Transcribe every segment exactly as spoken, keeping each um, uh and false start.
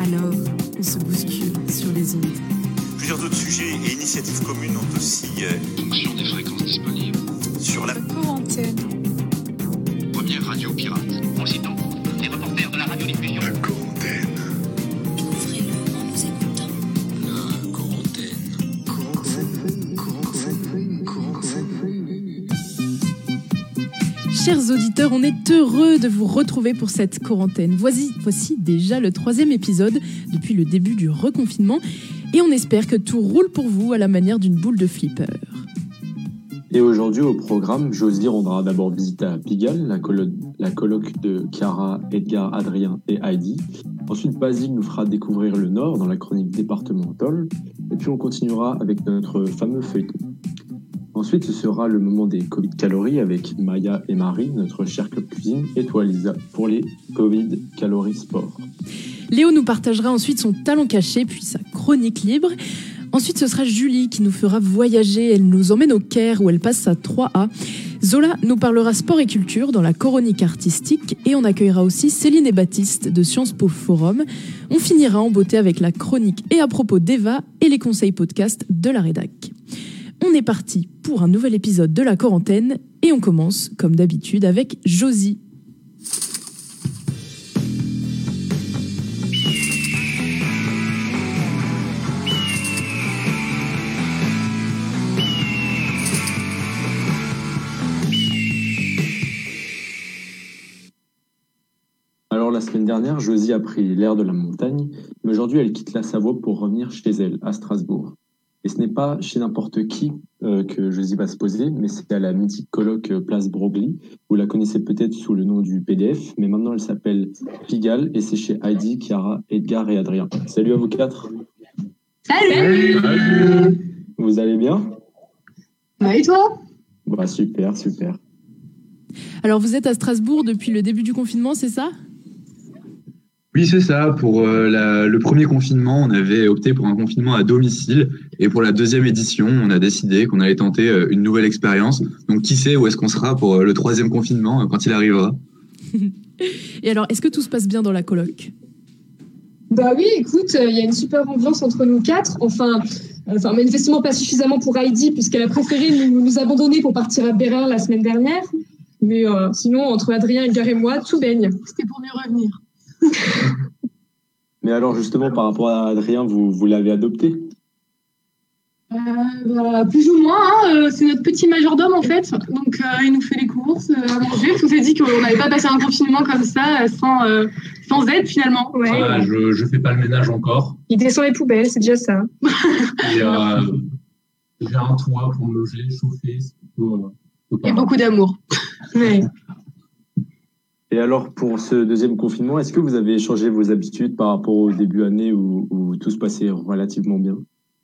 Alors, on se bouscule sur les ondes. Plusieurs autres sujets et initiatives communes ont aussi... Euh... Fonction des fréquences disponibles. Sur la... Quarantaine. Première radio pirate. En citant les reporters de la radiodiffusion. La quarantaine. Ouvrez-le en nous écoutant. La quarantaine. Quarantaine. Quarantaine. Quarantaine. Chers auditeurs, on est heureux de vous retrouver pour cette quarantaine. Voici, voici déjà le troisième épisode depuis le début du reconfinement et on espère que tout roule pour vous à la manière d'une boule de flipper. Et aujourd'hui au programme, Josie rendra d'abord visite à Pigalle, la, colo- la colloque de Chiara, Edgar, Adrien et Heidi. Ensuite, Basile nous fera découvrir le Nord dans la chronique départementale. Et puis on continuera avec notre fameux feuilleton. Ensuite, ce sera le moment des Covid calories avec Maya et Marie, notre chère club cuisine, et toi Lisa, pour les Covid calories sport. Léo nous partagera ensuite son talent caché, puis sa chronique libre. Ensuite, ce sera Julie qui nous fera voyager. Elle nous emmène au Caire où elle passe sa trois A. Zola nous parlera sport et culture dans la chronique artistique. Et on accueillera aussi Céline et Baptiste de Sciences Po Forum. On finira en beauté avec la chronique et à propos d'Eva et les conseils podcast de la rédac. On est parti pour un nouvel épisode de la quarantaine et on commence, comme d'habitude, avec Josie. Alors la semaine dernière, Josie a pris l'air de la montagne, mais aujourd'hui elle quitte la Savoie pour revenir chez elle, à Strasbourg. Et ce n'est pas chez n'importe qui euh, que Josie va se poser, mais c'est à la mythique colloque euh, Place Broglie. Vous la connaissez peut-être sous le nom du P D F, mais maintenant elle s'appelle Pigalle et c'est chez Heidi, Chiara, Edgar et Adrien. Salut à vous quatre. Salut. Salut. Vous allez bien? Ouais, et toi? Bah, super, super. Alors vous êtes à Strasbourg depuis le début du confinement, c'est ça ? Oui, c'est ça. Pour euh, la, le premier confinement, on avait opté pour un confinement à domicile. Et pour la deuxième édition, on a décidé qu'on allait tenter euh, une nouvelle expérience. Donc, qui sait où est-ce qu'on sera pour euh, le troisième confinement euh, quand il arrivera. Et alors, est-ce que tout se passe bien dans la coloc ? Bah oui, écoute, il euh, y a une super ambiance entre nous quatre. Enfin, euh, enfin manifestement pas suffisamment pour Heidi, puisqu'elle a préféré nous, nous abandonner pour partir à Berlin la semaine dernière. Mais euh, sinon, entre Adrien, Edgar et moi, tout baigne. C'était pour mieux revenir. Mais alors justement, par rapport à Adrien, vous, vous l'avez adopté ? euh, bah, Plus ou moins, hein, euh, c'est notre petit majordome en fait. Donc euh, il nous fait les courses, euh, à manger. On s'est dit qu'on n'avait pas passé un confinement comme ça sans, euh, sans aide finalement. Ouais. Voilà, je, je fais pas le ménage encore. Il descend les poubelles, c'est déjà ça. Et, euh, j'ai un toit pour me loger, chauffer. C'est plutôt, euh, Et beaucoup d'amour. Ouais. Et alors, pour ce deuxième confinement, est-ce que vous avez changé vos habitudes par rapport au début d'année où, où tout se passait relativement bien ?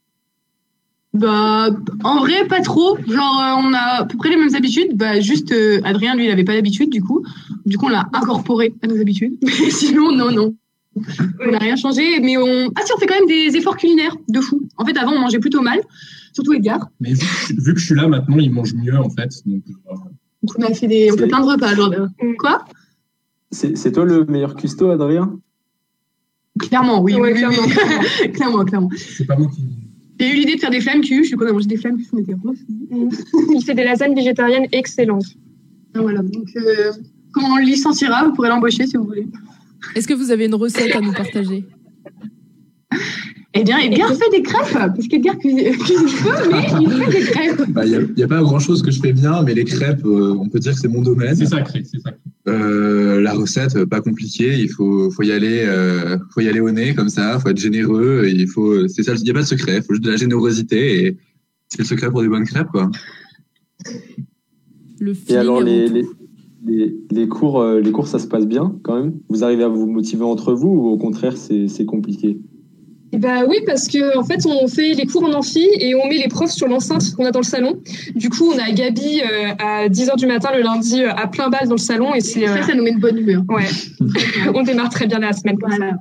Bah, en vrai, pas trop. Genre, euh, on a à peu près les mêmes habitudes. Bah, juste, euh, Adrien, lui, il avait pas d'habitude, du coup. Du coup, on l'a incorporé à nos habitudes. Mais sinon, non, non. On n'a rien changé. Mais on... Ah si, on fait quand même des efforts culinaires de fou. En fait, avant, on mangeait plutôt mal. Surtout Edgar. Mais vu que, vu que je suis là, maintenant, il mange mieux, en fait. Donc, euh... donc on a fait des... On fait plein de repas, genre... Quoi ? C'est, c'est toi le meilleur cuistot, Adrien ? Clairement, oui. Ouais, oui, clairement. oui. clairement, clairement. C'est pas moi qui... J'ai eu l'idée de faire des flammes culs. Je suis qu'on a mangé des flammes culs, on était refus. Il fait des lasagnes végétariennes excellentes. Ah, voilà. Donc, euh, quand on le licenciera, vous pourrez l'embaucher si vous voulez. Est-ce que vous avez une recette à nous partager ? Eh bien, Edgar fait des crêpes, parce qu'Edgar cuisine peu, mais il fait des crêpes. Il bah, n'y a, y a pas grand-chose que je fais bien, mais les crêpes, euh, on peut dire que c'est mon domaine. C'est sacré, c'est sacré. Euh, la recette, pas compliquée, il faut, faut, y aller, euh, faut y aller au nez, comme ça, il faut être généreux, il faut, c'est ça, il n'y a pas de secret, il faut juste de la générosité, et c'est le secret pour des bonnes crêpes, quoi. Le et alors, les, les, les, les, cours, euh, les cours, ça se passe bien, quand même ? Vous arrivez à vous motiver entre vous, ou au contraire, c'est, c'est compliqué ? Eh ben oui, parce que en fait, on fait les cours en amphi et on met les profs sur l'enceinte qu'on a dans le salon. Du coup, on a Gabi euh, à dix heures du matin le lundi euh, à plein balle dans le salon et c'est ça, euh... ça nous met de bonne humeur. Ouais. On démarre très bien la semaine. Voilà.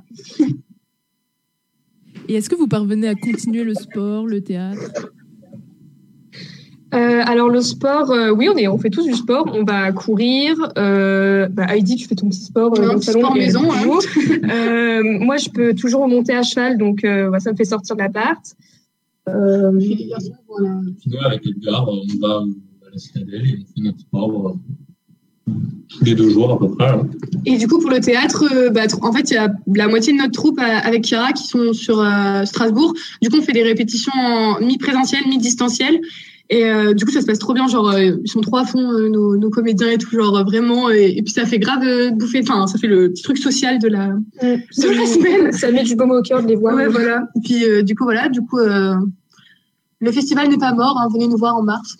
Et est-ce que vous parvenez à continuer le sport, le théâtre ? Euh, alors le sport, euh, oui, on est, on fait tous du sport. On va courir. Euh, bah, Heidi, tu fais ton petit sport euh, Un dans le petit salon. sport mais maison, toujours. euh, moi, je peux toujours remonter à cheval, donc euh, bah, ça me fait sortir de l'appart. Euh, Voilà. Sinon, avec Edgar, on va à la citadelle et on fait notre sport euh, tous les deux jours à peu près. Hein. Et du coup, pour le théâtre, euh, bah, tr- en fait, il y a la moitié de notre troupe euh, avec Kira qui sont sur euh, Strasbourg. Du coup, on fait des répétitions en mi-présentiel, mi-distanciel. Et euh, du coup, ça se passe trop bien. Genre, euh, ils sont trop à fond, euh, nos, nos comédiens et tout, genre euh, vraiment. Et, et puis, ça fait grave euh, bouffer. Enfin, ça fait le petit truc social de la, ça, de la semaine. Ça met du baume au cœur de les voir. Ouais, voilà. Et puis, euh, du coup, voilà. Du coup, euh, le festival n'est pas mort. Hein, venez nous voir en mars.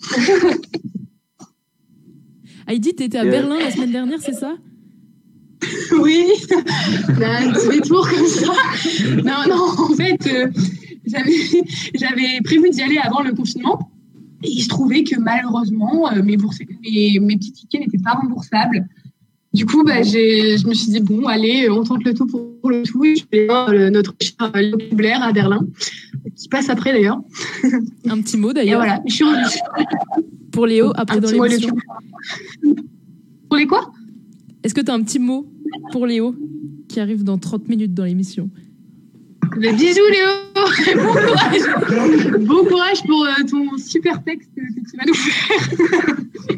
Heidi, t'étais à Et Berlin la semaine dernière, c'est ça? Oui, là, un petit détour comme ça. Non, non, en fait, euh, j'avais, j'avais prévu d'y aller avant le confinement. Et il se trouvait que malheureusement, euh, mes, bourses, mes, mes petits tickets n'étaient pas remboursables. Du coup, bah, j'ai, je me suis dit, bon, allez, on tente le tout pour le tout. Et je vais voir euh, notre cher Léo Blair à Berlin, qui passe après d'ailleurs. Un petit mot Et d'ailleurs. voilà, je suis revenue. Pour Léo, après Un dans petit mot, l'émission. Léo. Pour les quoi? Est-ce que tu as un petit mot pour Léo qui arrive dans trente minutes dans l'émission? Bah, bisous Léo. Bon courage. Bon courage pour euh, ton super texte que tu vas nous faire.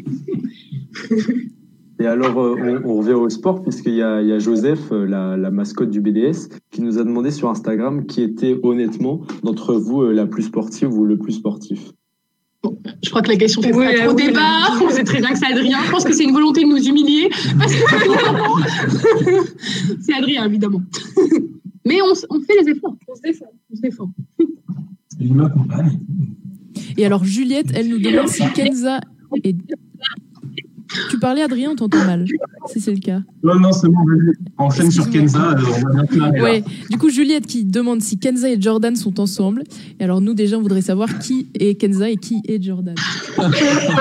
Et alors, euh, on, on revient au sport, puisqu'il y a, il y a Joseph, euh, la, la mascotte du B D S, qui nous a demandé sur Instagram qui était honnêtement d'entre vous euh, la plus sportive ou le plus sportif. Je crois que la question fait Ouais, pas trop oui, débat. On sait très bien que c'est Adrien. Je pense que c'est une volonté de nous humilier. Parce que c'est Adrien, évidemment. Mais on, s- on fait les efforts. On se défend. On se défend. Il m'accompagne. Et alors Juliette, elle nous demande si Kenza est... Tu parlais Adrien, on t'entend mal, si c'est le cas. Non, non, c'est bon, vas-y. Enchaîne sur Kenza, euh, on va bien te l'arrêter, là. Ouais. Du coup, Juliette qui demande si Kenza et Jordan sont ensemble. Et alors nous, déjà, on voudrait savoir qui est Kenza et qui est Jordan. Parce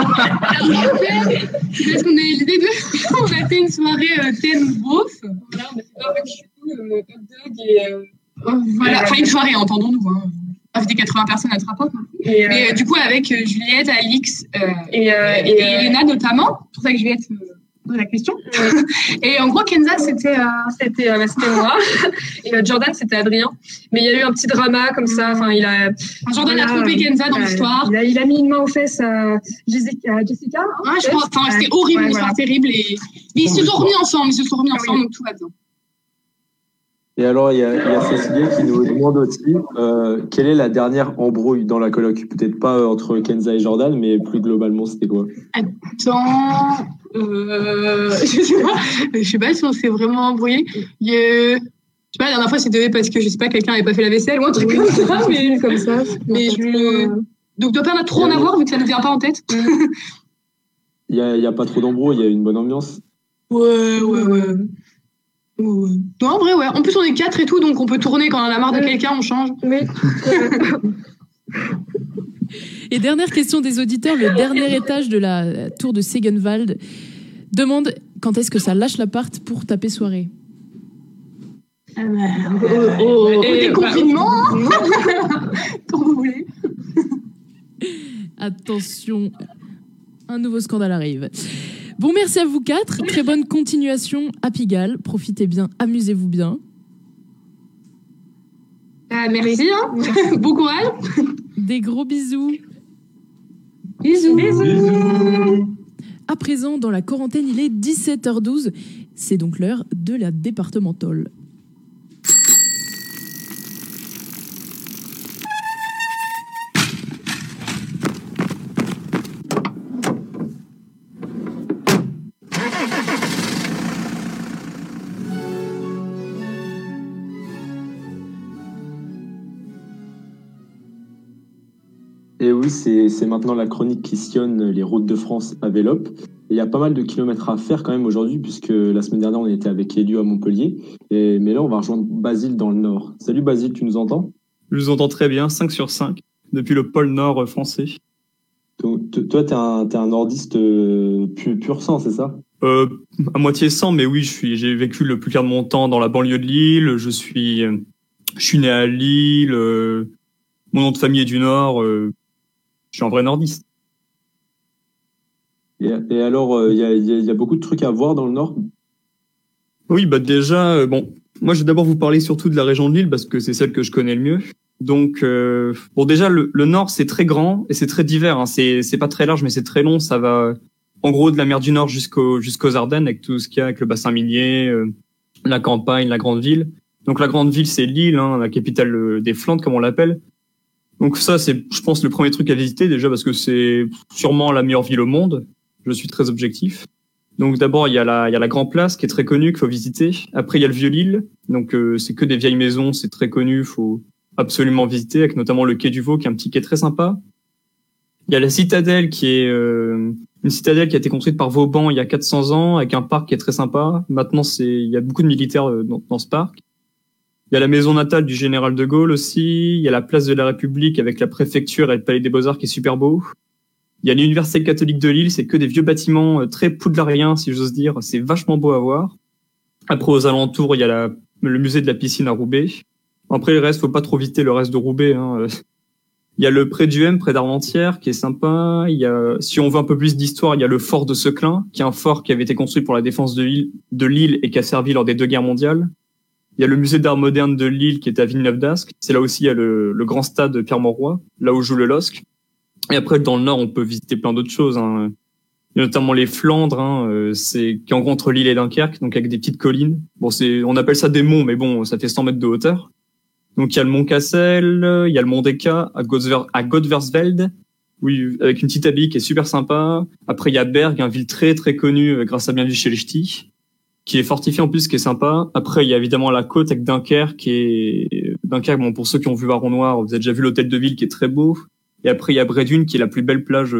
qu'on est les deux. On a fait une soirée euh, thème beauf. Voilà, on a fait barbecue, euh, hot dog et. Euh, voilà, enfin une soirée, entendons-nous. Hein. On a fait quatre-vingts personnes à Trapop. Hein. Et, euh, Mais euh, du coup, avec euh, Juliette, Alix euh, et, euh, et, et, et Elena notamment. C'est pour ça que Juliette euh, pose la question. Et en gros, Kenza, c'était. Euh, C'était, euh, c'était moi. Et euh, Jordan, c'était Adrien. Mais il y a eu un petit drama comme ça. Enfin, il a. Jordan a Voilà. trompé Kenza dans Ouais. l'histoire. Il a, il a mis une main aux fesses à Jessica. à Jessica hein, Ouais, je crois. Enfin, c'était Ouais, horrible, ouais, une histoire voilà. terrible. Et... Mais ils se sont remis ensemble. Ils se sont remis Ah oui. ensemble, donc tout va bien. Et alors, il y a, il y a Cécilie qui nous demande aussi euh, quelle est la dernière embrouille dans la coloc? Peut-être pas euh, entre Kenza et Jordan, mais plus globalement, c'était quoi? Attends, euh, je sais pas, je sais pas si on s'est vraiment embrouillé. Il y a- je sais pas, la dernière fois c'était parce que je sais pas, quelqu'un avait pas fait la vaisselle ou un truc comme ça, mais comme ça. mais je donc doit pas trop en avoir vu que ça ne vient pas en tête. Il y a, il y a pas trop d'embrouille, il y a une bonne ambiance. Ouais, ouais, ouais. Ouais. Non, en vrai, ouais. En plus, on est quatre et tout, donc on peut tourner quand on en a marre de quelqu'un, on change. Oui. Et dernière question des auditeurs, le dernier étage de la euh, tour de Segenwald demande quand est-ce que ça lâche l'appart pour taper soirée. Oh, oh, oh, Et- déconfinement, quand vous voulez. Attention, un nouveau scandale arrive. Bon, merci à vous quatre. Très bonne continuation à Pigalle. Profitez bien, amusez-vous bien. Ah, merci, hein. Bon courage. Des gros bisous. Bisous. Bisous. À présent, dans la quarantaine, il est dix-sept heures douze. C'est donc l'heure de la départementale. Et oui, c'est c'est maintenant la chronique qui sillonne les routes de France à Vélop. Et il y a pas mal de kilomètres à faire quand même aujourd'hui, puisque la semaine dernière, on était avec Elio à Montpellier. Et, mais là, on va rejoindre Basile dans le Nord. Salut Basile, tu nous entends? Je vous entends très bien, cinq sur cinq, depuis le pôle Nord français. Donc, t- toi, t'es un, t'es un nordiste euh, pur, pur sang, c'est ça? Euh, à moitié cent, mais oui, je suis, j'ai vécu le plus clair de mon temps dans la banlieue de Lille. Je suis, euh, je suis né à Lille. Euh, mon nom de famille est du Nord. Euh, je suis un vrai nordiste. Et, et alors, il y, a, y, a, y a beaucoup de trucs à voir dans le Nord? Oui, bah déjà, euh, bon, moi je vais d'abord vous parler surtout de la région de Lille parce que c'est celle que je connais le mieux. Donc, euh, bon, déjà, le, le Nord, c'est très grand et c'est très divers. Hein. C'est, c'est pas très large, mais c'est très long. Ça va, en gros, de la mer du Nord jusqu'au, jusqu'aux Ardennes, avec tout ce qu'il y a, avec le bassin minier, euh, la campagne, la grande ville. Donc, la grande ville, c'est Lille, hein, la capitale des Flandres, comme on l'appelle. Donc, ça, c'est, je pense, le premier truc à visiter, déjà, parce que c'est sûrement la meilleure ville au monde. Je suis très objectif. Donc, d'abord, il y a la, il y a la Grand Place, qui est très connue, qu'il faut visiter. Après, il y a le Vieux-Lille. Donc, euh, c'est que des vieilles maisons, c'est très connu, faut absolument visiter, avec notamment le quai du Vau, qui est un petit quai très sympa. Il y a la citadelle, qui est euh, une citadelle qui a été construite par Vauban il y a quatre cents ans, avec un parc qui est très sympa. Maintenant, c'est il y a beaucoup de militaires dans, dans ce parc. Il y a la maison natale du général de Gaulle aussi. Il y a la place de la République avec la préfecture et le palais des Beaux-Arts qui est super beau. Il y a l'université catholique de Lille, c'est que des vieux bâtiments très poudlariens, si j'ose dire. C'est vachement beau à voir. Après, aux alentours, il y a la, le musée de la piscine à Roubaix. Après, le reste, faut pas trop visiter le reste de Roubaix. Hein. Il y a le pré du M, près d'Armentières, qui est sympa. Il y a, si on veut un peu plus d'histoire, il y a le fort de Seclin, qui est un fort qui avait été construit pour la défense de Lille, de Lille et qui a servi lors des deux guerres mondiales. Il y a le musée d'art moderne de Lille, qui est à Villeneuve-d'Ascq. C'est là aussi, il y a le, le grand stade Pierre-Mauroy, là où joue le L O S C. Et après, dans le Nord, on peut visiter plein d'autres choses. Hein. Il y a notamment les Flandres, hein, euh, c'est qui est en gros entre Lille et Dunkerque, donc avec des petites collines. Bon, c'est, on appelle ça des monts, mais bon, ça fait cent mètres de hauteur. Donc il y a le mont Cassel, il y a le mont Deka à, Godver, à Godversveld, oui, avec une petite abbaye qui est super sympa. Après il y a Berg, une ville très très connue grâce à Bienvenue chez les Ch'tis, qui est fortifiée en plus, qui est sympa. Après il y a évidemment la côte avec Dunkerque, qui est Dunkerque. Bon, pour ceux qui ont vu Baron Noir, vous avez déjà vu l'hôtel de ville qui est très beau. Et après il y a Brédune, qui est la plus belle plage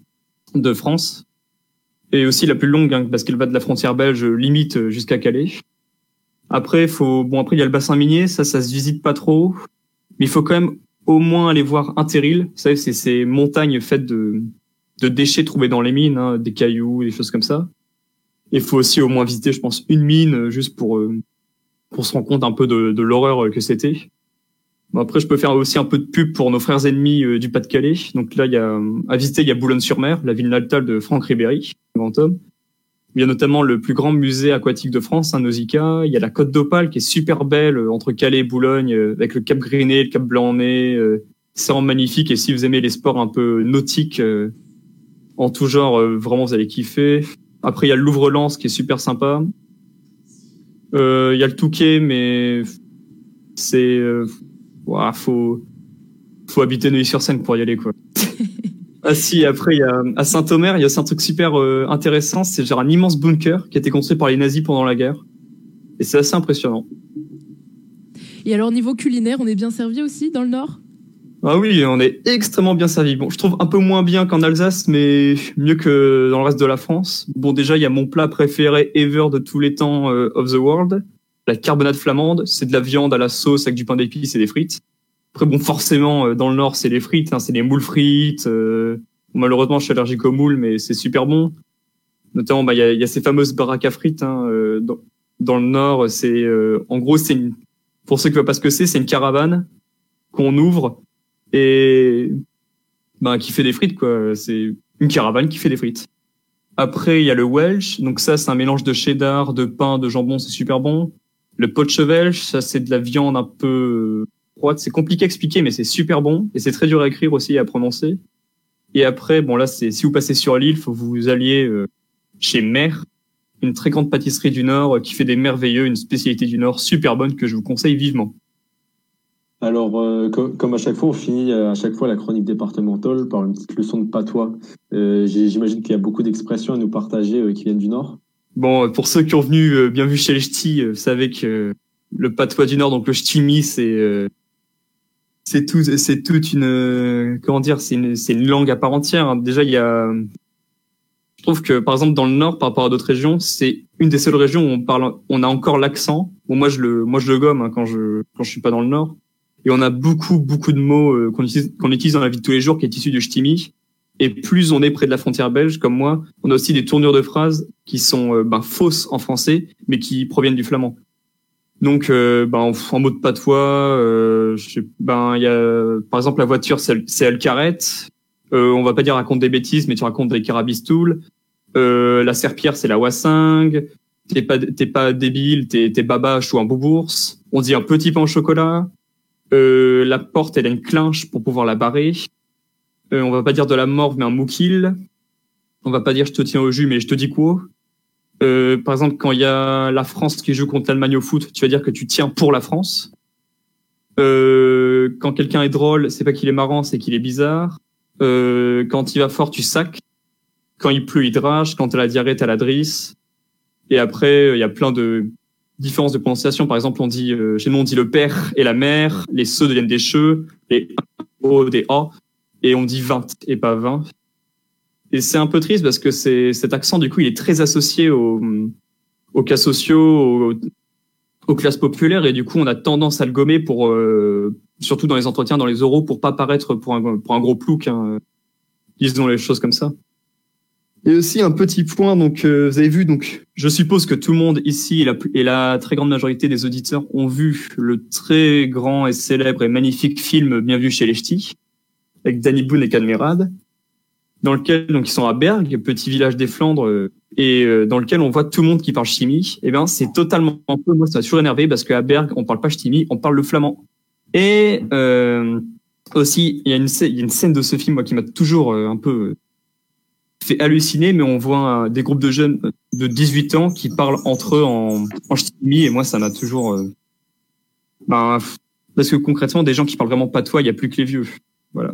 de France et aussi la plus longue, hein, parce qu'elle va de la frontière belge limite jusqu'à Calais. Après, faut, bon, après, il y a le bassin minier, ça, ça se visite pas trop. Mais il faut quand même au moins aller voir Interil. Vous savez, c'est ces montagnes faites de, de déchets trouvés dans les mines, hein, des cailloux, des choses comme ça. Et il faut aussi au moins visiter, je pense, une mine, juste pour, euh, pour se rendre compte un peu de, de l'horreur que c'était. Bon, après, je peux faire aussi un peu de pub pour nos frères ennemis euh, du Pas-de-Calais. Donc là, il y a, à visiter, il y a Boulogne-sur-Mer, la ville natale de Franck Ribéry, grand homme. Il y a notamment le plus grand musée aquatique de France, hein, Nausicaa. Il y a la Côte d'Opale qui est super belle euh, entre Calais et Boulogne, euh, avec le Cap Griné, le Cap Blanc-Nez. Euh, c'est vraiment magnifique. Et si vous aimez les sports un peu nautiques, euh, en tout genre, euh, vraiment vous allez kiffer. Après, il y a le Louvre-Lens qui est super sympa. Euh, il y a le Touquet, mais c'est, euh, ouah, faut, faut habiter Neuilly-sur-Seine pour y aller, quoi. Ah si, après, il y a, à Saint-Omer, il y a aussi un truc super euh, intéressant, c'est genre un immense bunker qui a été construit par les nazis pendant la guerre. Et c'est assez impressionnant. Et alors, niveau culinaire, on est bien servi aussi dans le Nord? Ah oui, on est extrêmement bien servi. Bon, je trouve un peu moins bien qu'en Alsace, mais mieux que dans le reste de la France. Bon, déjà, il y a mon plat préféré ever de tous les temps euh, of the world, la carbonade flamande. C'est de la viande à la sauce avec du pain d'épices et des frites. Après, bon, forcément, dans le Nord, c'est les frites, hein, c'est les moules frites. Euh, malheureusement, je suis allergique aux moules, mais c'est super bon. Notamment, bah, il y a, y a ces fameuses baraques à frites, hein, euh, dans, dans le Nord. C'est, euh, en gros, c'est une, pour ceux qui ne voient pas ce que c'est, c'est une caravane qu'on ouvre et, bah, qui fait des frites, quoi. C'est une caravane qui fait des frites. Après, il y a le Welsh. Donc ça, c'est un mélange de cheddar, de pain, de jambon, c'est super bon. Le Potchevêche, ça, c'est de la viande un peu froide. C'est compliqué à expliquer, mais c'est super bon. Et c'est très dur à écrire aussi et à prononcer. Et après, bon, là, c'est, si vous passez sur l'île, faut que vous alliez euh, chez Mère, une très grande pâtisserie du Nord euh, qui fait des merveilleux, une spécialité du Nord super bonne que je vous conseille vivement. Alors, euh, co- comme à chaque fois, on finit à chaque fois la chronique départementale par une petite leçon de patois. Euh, j'ai- j'imagine qu'il y a beaucoup d'expressions à nous partager euh, qui viennent du Nord. Bon, pour ceux qui ont venu, euh, bien vu chez les ch'tis, euh, vous savez que euh, le patois du Nord, donc le ch'timi, c'est euh, c'est tout, c'est toute une, euh, comment dire, c'est une, c'est une langue à part entière. Hein. Déjà, il y a, je trouve que par exemple dans le Nord, par rapport à d'autres régions, c'est une des seules régions où on parle, on a encore l'accent. Bon, moi je le, moi je le gomme hein, quand je, quand je suis pas dans le Nord. Et on a beaucoup, beaucoup de mots euh, qu'on utilise, qu'on utilise dans la vie de tous les jours, qui est issu du ch'timi. Et plus on est près de la frontière belge, comme moi, on a aussi des tournures de phrases qui sont euh, ben, fausses en français, mais qui proviennent du flamand. Donc, euh, ben, en, en mot de patois, euh, je sais, ben, il y a, par exemple, la voiture, c'est, c'est elle carrette. Euh, on va pas dire raconte des bêtises, mais tu racontes des carabistoules. Euh, la serpillère, c'est la Wassing. T'es pas, t'es pas débile, t'es, t'es babache ou un boubours. On dit un petit pain au chocolat. Euh, la porte, elle a une clinche pour pouvoir la barrer. Euh, on va pas dire de la morve, mais un moukil. On va pas dire je te tiens au jus, mais je te dis quoi. Euh, par exemple, quand il y a la France qui joue contre l'Allemagne au foot, tu vas dire que tu tiens pour la France. Euh, quand quelqu'un est drôle, c'est pas qu'il est marrant, c'est qu'il est bizarre. Euh, quand il va fort, tu sacs. Quand il pleut, il drache. Quand t'as la diarrhée, t'as la drisse. Et après, il y a plein de différences de prononciation. Par exemple, on dit, euh, chez nous, on dit le père et la mère. Les se deviennent des che, les o des a. Et on dit vingt et pas vingt. Et c'est un peu triste parce que c'est, cet accent, du coup, il est très associé aux, aux cas sociaux, aux, aux classes populaires. Et du coup, on a tendance à le gommer pour, euh, surtout dans les entretiens, dans les oraux, pour pas paraître pour un, pour un gros plouc, hein. Disons les choses comme ça. Et aussi un petit point, donc euh, vous avez vu, donc je suppose que tout le monde ici et la, et la très grande majorité des auditeurs ont vu le très grand et célèbre et magnifique film Bienvenue chez les Ch'tis, avec Danny Boone et Cadmerade, dans lequel donc ils sont à Bergue, petit village des Flandres, euh, et euh, dans lequel on voit tout le monde qui parle chimie. Et ben c'est totalement un peu, moi ça m'a toujours énervé parce qu'à Bergue on parle pas ch'timi, on parle le flamand. Et euh, aussi il y a une il y a une scène de ce film moi qui m'a toujours euh, un peu fait halluciner, mais on voit des groupes de jeunes de dix-huit ans qui parlent entre eux en, en ch'timi, et moi ça m'a toujours euh, ben, parce que concrètement des gens qui parlent vraiment patois, il y a plus que les vieux. Voilà.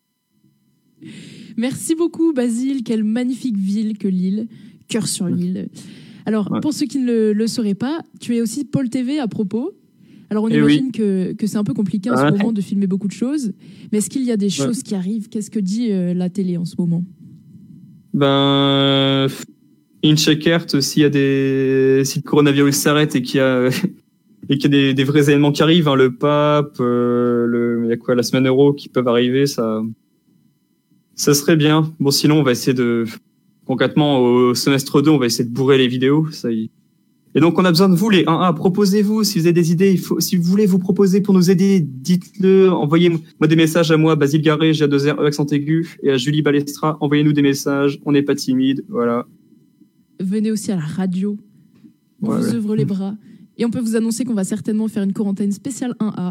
Merci beaucoup Basile, quelle magnifique ville que Lille, cœur sur l'île. Alors ouais. Pour ceux qui ne le, le sauraient pas, tu es aussi Pôle T V à propos. Alors on et imagine oui. que, que c'est un peu compliqué en ouais. ce moment de filmer beaucoup de choses, mais est-ce qu'il y a des choses ouais. qui arrivent? Qu'est-ce que dit euh, la télé en ce moment? Ben, in Checkert, s'il y a des, si le coronavirus s'arrête et qu'il y a, et qu'il y a des, des vrais événements qui arrivent, hein, le pape, euh, le, il y a quoi, la semaine euro qui peuvent arriver, ça, ça serait bien. Bon, sinon, on va essayer de, concrètement, au semestre deux, on va essayer de bourrer les vidéos, ça y. Et donc, on a besoin de vous, les un A. Proposez-vous, si vous avez des idées, il faut, si vous voulez vous proposer pour nous aider, dites-le, envoyez-moi des messages à moi, Basile Garé, G A deux R, E accent aigu, et à Julie Balestra, envoyez-nous des messages, on n'est pas timide, voilà. Venez aussi à la radio, on ouais, vous ouais. ouvre les bras, et on peut vous annoncer qu'on va certainement faire une quarantaine spéciale un A.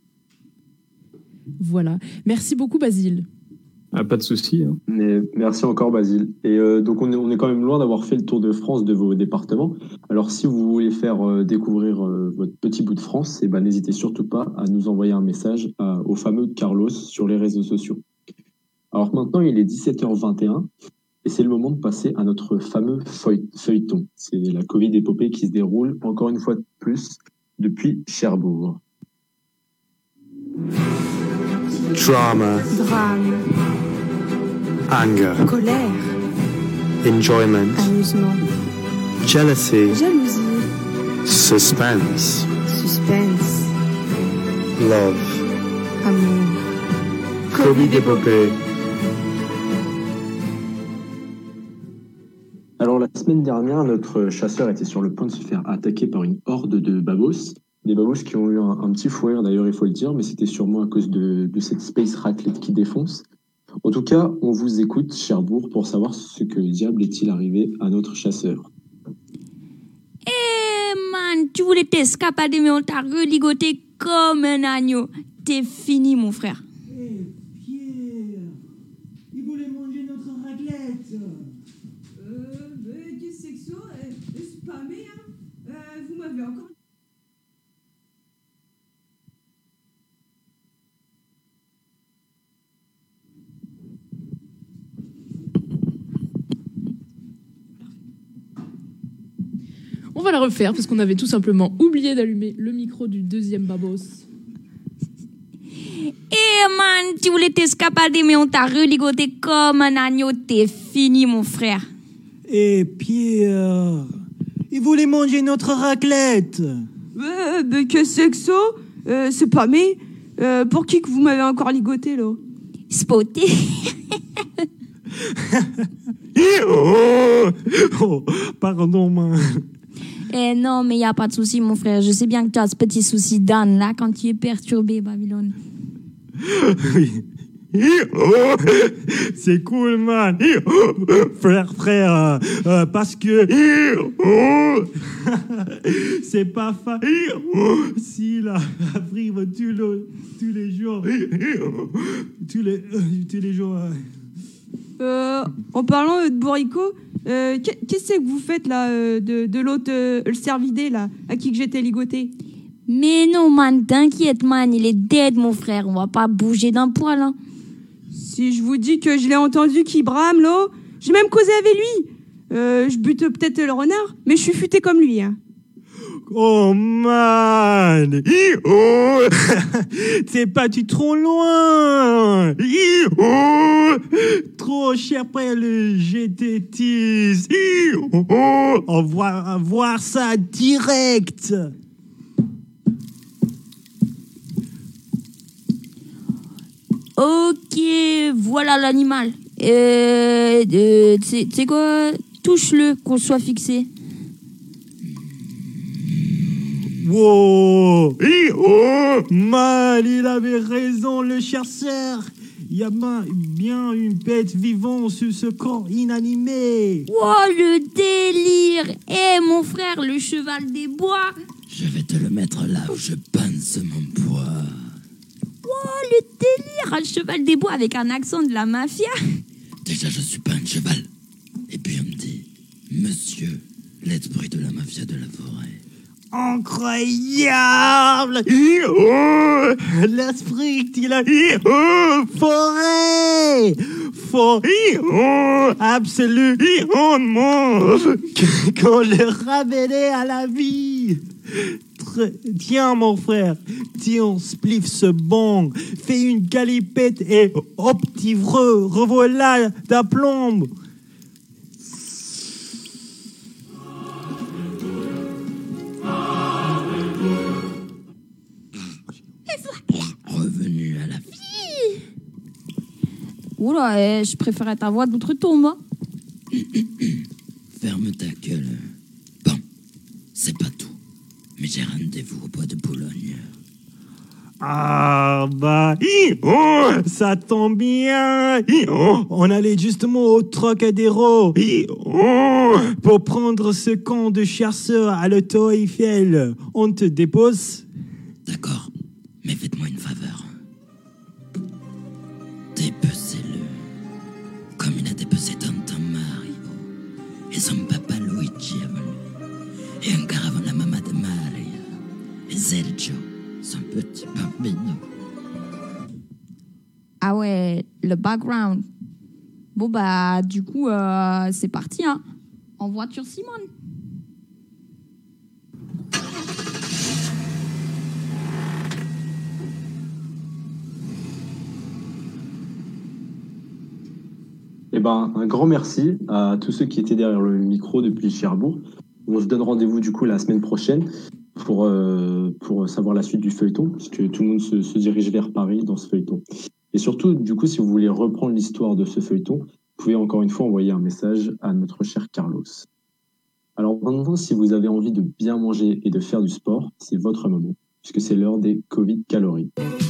Voilà. Merci beaucoup, Basile. Ah, pas de souci. Hein. Mais merci encore, Basile. Et euh, donc, on est, on est quand même loin d'avoir fait le tour de France de vos départements. Alors, si vous voulez faire euh, découvrir euh, votre petit bout de France, eh ben, n'hésitez surtout pas à nous envoyer un message à, au fameux Carlos sur les réseaux sociaux. Alors maintenant, il est dix-sept heures vingt et un et c'est le moment de passer à notre fameux feuilleton. C'est la Covid-épopée qui se déroule, encore une fois de plus, depuis Cherbourg. Drama. Drame. Anger. Colère. Enjoyment. Amusement. Jealousy. Jalousie. Suspense. Suspense. Love. Amour. Covid-épopée. Alors la semaine dernière, notre chasseur était sur le point de se faire attaquer par une horde de babos. Des babos qui ont eu un, un petit fou rire d'ailleurs, il faut le dire, mais c'était sûrement à cause de, de cette space raclette qui défonce. En tout cas, on vous écoute, Cherbourg, pour savoir ce que diable est-il arrivé à notre chasseur. Eh man, tu voulais t'escapader, mais on t'a religoté comme un agneau. T'es fini, mon frère. Eh hey, Pierre, il voulait manger notre raclette. Euh, mais du sexo, euh, c'est pas mais, hein. Euh, vous m'avez encore... On va la refaire parce qu'on avait tout simplement oublié d'allumer le micro du deuxième babos. Eh man, tu voulais t'escapader, mais on t'a religoté comme un agneau. T'es fini, mon frère. Eh Pierre, il voulait manger notre raclette. Euh, mais que sexo, euh, c'est pas mais. Euh, pour qui que vous m'avez encore ligoté, là? Spoté. oh, oh, pardon, man. Eh non, mais il n'y a pas de souci, mon frère. Je sais bien que tu as ce petit souci d'âne, là, quand tu es perturbé, Babylone. Oui, C'est cool, man. Frère, frère, euh, euh, parce que c'est pas facile. Si là, arrive tous les, tous les jours, tous les, tous les jours. Euh, en parlant euh, de Borico, euh, qu'est-ce que vous faites là euh, de, de l'autre, euh, le cervidé là, à qui que j'étais ligoté? Mais non, man, t'inquiète, man, il est dead, mon frère. On va pas bouger d'un poil, hein. Si je vous dis que je l'ai entendu qui brame, là, j'ai même causé avec lui. Euh, je bute peut-être le renard, mais je suis futé comme lui, hein. Oh man, oh, t'es parti trop loin. Oh, trop cher après le G T T. Oh, on va voir ça direct. Ok, voilà l'animal. Euh, euh, tu sais quoi? Touche-le, qu'on soit fixé. Wow, oh, man, il avait raison, le chasseur. Il y a bien une bête vivante sur ce corps inanimé. Wow, le délire. Eh, mon frère, le cheval des bois. Je vais te le mettre là où je pince mon bois. Wow, le délire. Un cheval des bois avec un accent de la mafia. Déjà, je suis pas un cheval. Et puis on me dit, monsieur, l'esprit de la mafia de la forêt. Incroyable! Oh, l'esprit qu'il a eu! Oh, forêt! Forêt! Oh, absolument! Qu'on le ramène à la vie! Tiens, mon frère, tiens, spliff ce bang, fais une galipette et hop, t'y re, revoilà ta plombe! Revenu à la vie. Oula, eh, je préférais ta voix d'outre-tombe. Hein. Ferme ta gueule. Bon, c'est pas tout. Mais j'ai rendez-vous au bois de Boulogne. Ah bah, oh, ça tombe bien. Oh, on allait justement au Trocadéro oh, pour prendre ce camp de chasseurs à la Tour Eiffel. On te dépose? D'accord, mais faites-moi une faveur. Dépecez-le comme il a dépecé Tonton Mario et son papa Luigi avant lui, et encore avant la maman de Mario et Sergio, son petit bambino. Ah ouais, le background. Bon bah, du coup, euh, c'est parti, hein. En voiture, Simone. Eh ben, un grand merci à tous ceux qui étaient derrière le micro depuis Cherbourg. On se donne rendez-vous du coup la semaine prochaine pour, euh, pour savoir la suite du feuilleton, puisque tout le monde se, se dirige vers Paris dans ce feuilleton. Et surtout, du coup, si vous voulez reprendre l'histoire de ce feuilleton, vous pouvez encore une fois envoyer un message à notre cher Carlos. Alors maintenant, si vous avez envie de bien manger et de faire du sport, c'est votre moment, puisque c'est l'heure des Covid calories.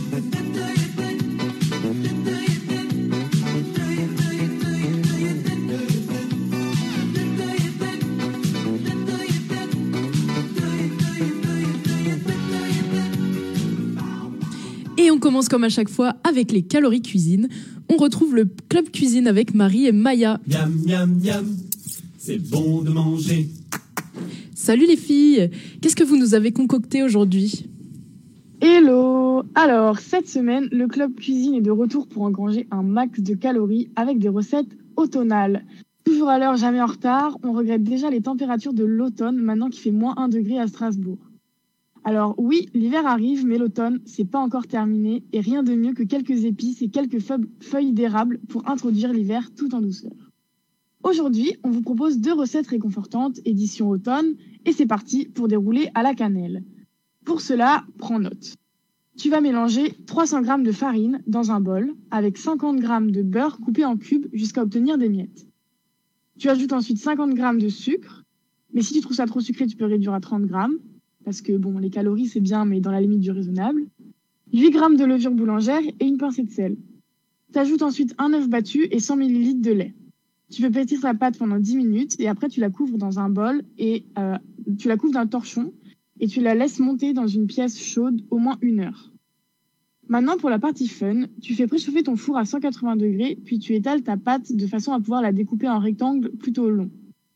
Et on commence comme à chaque fois avec les calories cuisine. On retrouve le club cuisine avec Marie et Maya. Miam, miam, miam, c'est bon de manger. Salut les filles, qu'est-ce que vous nous avez concocté aujourd'hui? Hello! Alors, cette semaine, le club cuisine est de retour pour engranger un max de calories avec des recettes automnales. Toujours à l'heure, jamais en retard, on regrette déjà les températures de l'automne maintenant qu'il fait moins un degré à Strasbourg. Alors oui, l'hiver arrive, mais l'automne, c'est pas encore terminé et rien de mieux que quelques épices et quelques feuilles d'érable pour introduire l'hiver tout en douceur. Aujourd'hui, on vous propose deux recettes réconfortantes, édition automne, et c'est parti pour des roulés à la cannelle. Pour cela, prends note. Tu vas mélanger trois cents grammes de farine dans un bol avec cinquante grammes de beurre coupé en cubes jusqu'à obtenir des miettes. Tu ajoutes ensuite cinquante grammes de sucre, mais si tu trouves ça trop sucré, tu peux réduire à trente grammes. Parce que bon, les calories c'est bien, mais dans la limite du raisonnable. huit grammes de levure boulangère et une pincée de sel. T'ajoutes ensuite un œuf battu et cent millilitres de lait. Tu fais pétrir la pâte pendant dix minutes et après tu la couvres dans un bol et euh, tu la couvres d'un torchon et tu la laisses monter dans une pièce chaude au moins une heure. Maintenant, pour la partie fun, tu fais préchauffer ton four à cent quatre-vingts degrés, puis tu étales ta pâte de façon à pouvoir la découper en rectangle plutôt long.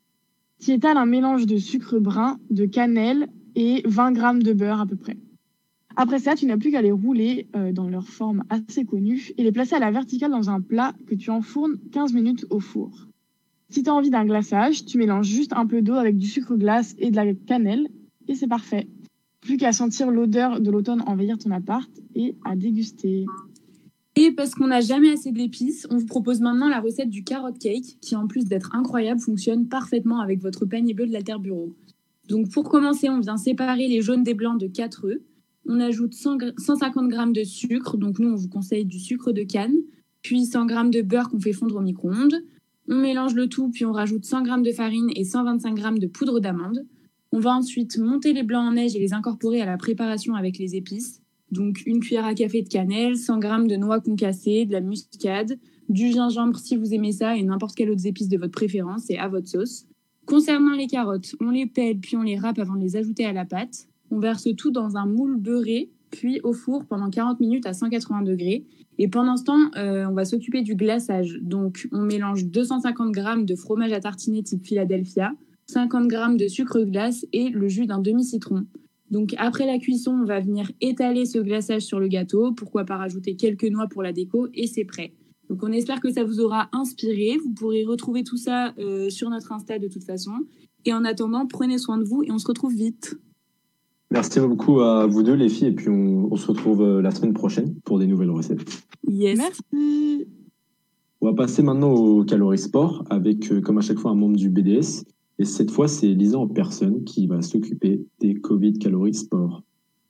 Tu étales un mélange de sucre brun, de cannelle et vingt grammes de beurre à peu près. Après ça, tu n'as plus qu'à les rouler euh, dans leur forme assez connue et les placer à la verticale dans un plat que tu enfournes quinze minutes au four. Si tu as envie d'un glaçage, tu mélanges juste un peu d'eau avec du sucre glace et de la cannelle et c'est parfait. Plus qu'à sentir l'odeur de l'automne envahir ton appart et à déguster. Et parce qu'on n'a jamais assez d'épices, on vous propose maintenant la recette du carrot cake qui, en plus d'être incroyable, fonctionne parfaitement avec votre panier bleu de l'Alter Bureau. Donc pour commencer, on vient séparer les jaunes des blancs de quatre œufs. On ajoute cent cinquante grammes de sucre, donc nous on vous conseille du sucre de canne, puis cent grammes de beurre qu'on fait fondre au micro-ondes. On mélange le tout, puis on rajoute cent grammes de farine et cent vingt-cinq grammes de poudre d'amande. On va ensuite monter les blancs en neige et les incorporer à la préparation avec les épices. Donc une cuillère à café de cannelle, cent grammes de noix concassées, de la muscade, du gingembre si vous aimez ça et n'importe quelle autre épice de votre préférence et à votre sauce. Concernant les carottes, on les pèle puis on les râpe avant de les ajouter à la pâte. On verse tout dans un moule beurré puis au four pendant quarante minutes à cent quatre-vingts degrés. Et pendant ce temps, euh, on va s'occuper du glaçage. Donc on mélange deux cent cinquante grammes de fromage à tartiner type Philadelphia, cinquante grammes de sucre glace et le jus d'un demi-citron. Donc après la cuisson, on va venir étaler ce glaçage sur le gâteau, pourquoi pas rajouter quelques noix pour la déco et c'est prêt. Donc on espère que ça vous aura inspiré, vous pourrez retrouver tout ça euh, sur notre Insta de toute façon. Et en attendant, prenez soin de vous et on se retrouve vite. Merci beaucoup à vous deux les filles et puis on, on se retrouve la semaine prochaine pour des nouvelles recettes. Yes. Merci. On va passer maintenant au calories sport avec euh, comme à chaque fois un membre du B D S. Et cette fois, c'est Lisa en personne qui va s'occuper des Covid calories sport.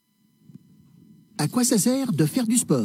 À quoi ça sert de faire du sport ?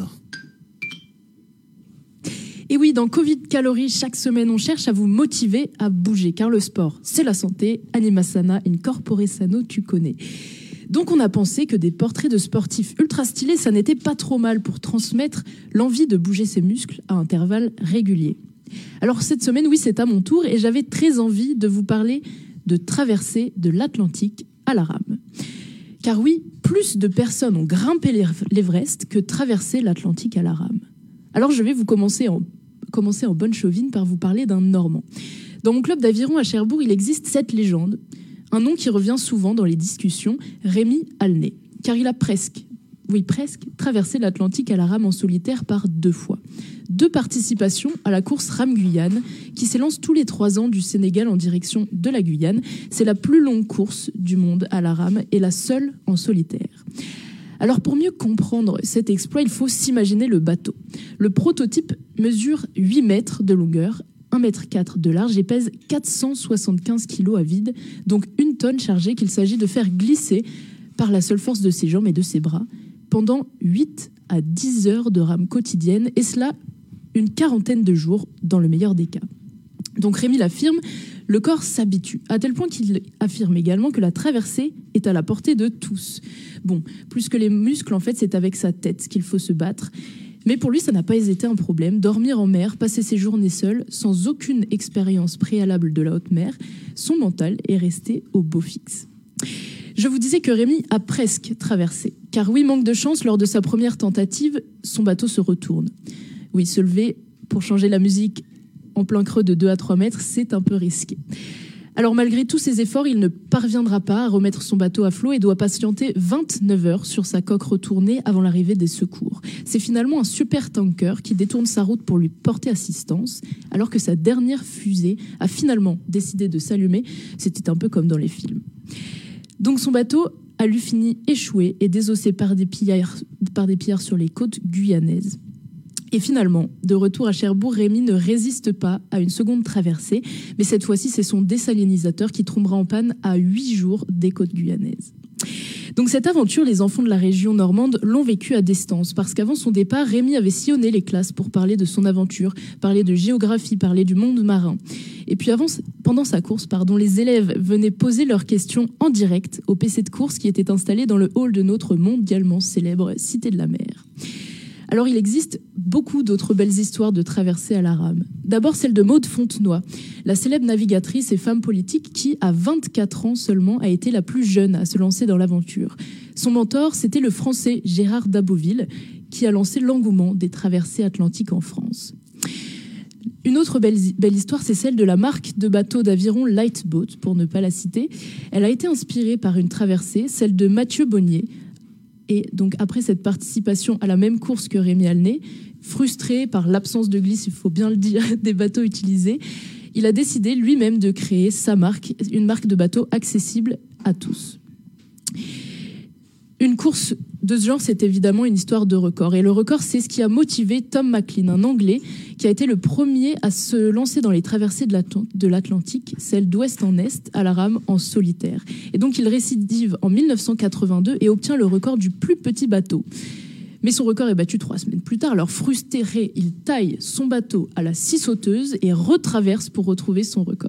Et oui, dans Covid Calories, chaque semaine, on cherche à vous motiver à bouger, car le sport, c'est la santé. Anima sana, in corpore sano, tu connais. Donc on a pensé que des portraits de sportifs ultra stylés, ça n'était pas trop mal pour transmettre l'envie de bouger ses muscles à intervalles réguliers. Alors cette semaine, oui, c'est à mon tour et j'avais très envie de vous parler de traversée de l'Atlantique à la rame. Car oui, plus de personnes ont grimpé l'Everest que traversé l'Atlantique à la rame. Alors je vais vous commencer en, commencer en bonne chauvine par vous parler d'un Normand. Dans mon club d'aviron à Cherbourg, il existe cette légende, un nom qui revient souvent dans les discussions, Rémi Alnay. Car il a presque, oui presque, traversé l'Atlantique à la rame en solitaire par deux fois. Deux participations à la course Rame-Guyane, qui s'élance tous les trois ans du Sénégal en direction de la Guyane. C'est la plus longue course du monde à la rame et la seule en solitaire. Alors pour mieux comprendre cet exploit, il faut s'imaginer le bateau. Le prototype mesure huit mètres de longueur, un mètre quatre de large et pèse quatre cent soixante-quinze kilos à vide, donc une tonne chargée qu'il s'agit de faire glisser par la seule force de ses jambes et de ses bras pendant huit à dix heures de rame quotidienne, et cela une quarantaine de jours dans le meilleur des cas. Donc Rémi l'affirme, le corps s'habitue, à tel point qu'il affirme également que la traversée est à la portée de tous. Bon, plus que les muscles, en fait, c'est avec sa tête qu'il faut se battre. Mais pour lui, ça n'a pas été un problème. Dormir en mer, passer ses journées seul, sans aucune expérience préalable de la haute mer, son mental est resté au beau fixe. Je vous disais que Rémi a presque traversé. Car oui, manque de chance, lors de sa première tentative, son bateau se retourne. Oui, se lever pour changer la musique en plein creux de deux à trois mètres, c'est un peu risqué. Alors malgré tous ses efforts, il ne parviendra pas à remettre son bateau à flot et doit patienter vingt-neuf heures sur sa coque retournée avant l'arrivée des secours. C'est finalement un super tanker qui détourne sa route pour lui porter assistance, alors que sa dernière fusée a finalement décidé de s'allumer. C'était un peu comme dans les films. Donc son bateau a lui fini échoué et désossé par des pillards, par des pillards sur les côtes guyanaises. Et finalement, de retour à Cherbourg, Rémi ne résiste pas à une seconde traversée, mais cette fois-ci, c'est son désalinisateur qui tombera en panne à huit jours des côtes guyanaises. Donc cette aventure, les enfants de la région normande l'ont vécue à distance, parce qu'avant son départ, Rémi avait sillonné les classes pour parler de son aventure, parler de géographie, parler du monde marin. Et puis avant, pendant sa course, pardon, les élèves venaient poser leurs questions en direct au P C de course qui était installé dans le hall de notre mondialement célèbre Cité de la Mer. Alors il existe beaucoup d'autres belles histoires de traversée à la rame. D'abord celle de Maude Fontenoy, la célèbre navigatrice et femme politique qui, à vingt-quatre ans seulement, a été la plus jeune à se lancer dans l'aventure. Son mentor, c'était le Français Gérard d'Aboville, qui a lancé l'engouement des traversées atlantiques en France. Une autre belle, belle histoire, c'est celle de la marque de bateau d'aviron Lightboat, pour ne pas la citer. Elle a été inspirée par une traversée, celle de Mathieu Bonnier. Et donc, après cette participation à la même course que Rémi Alné, frustré par l'absence de glisse, il faut bien le dire, des bateaux utilisés, il a décidé lui-même de créer sa marque, une marque de bateau accessible à tous. Une course de ce genre, c'est évidemment une histoire de record. Et le record, c'est ce qui a motivé Tom McLean, un Anglais qui a été le premier à se lancer dans les traversées de l'Atlantique, celle d'ouest en est, à la rame en solitaire. Et donc, il récidive en mille neuf cent quatre-vingt-deux et obtient le record du plus petit bateau. Mais son record est battu trois semaines plus tard. Alors, frustré, il taille son bateau à la scie sauteuse et retraverse pour retrouver son record.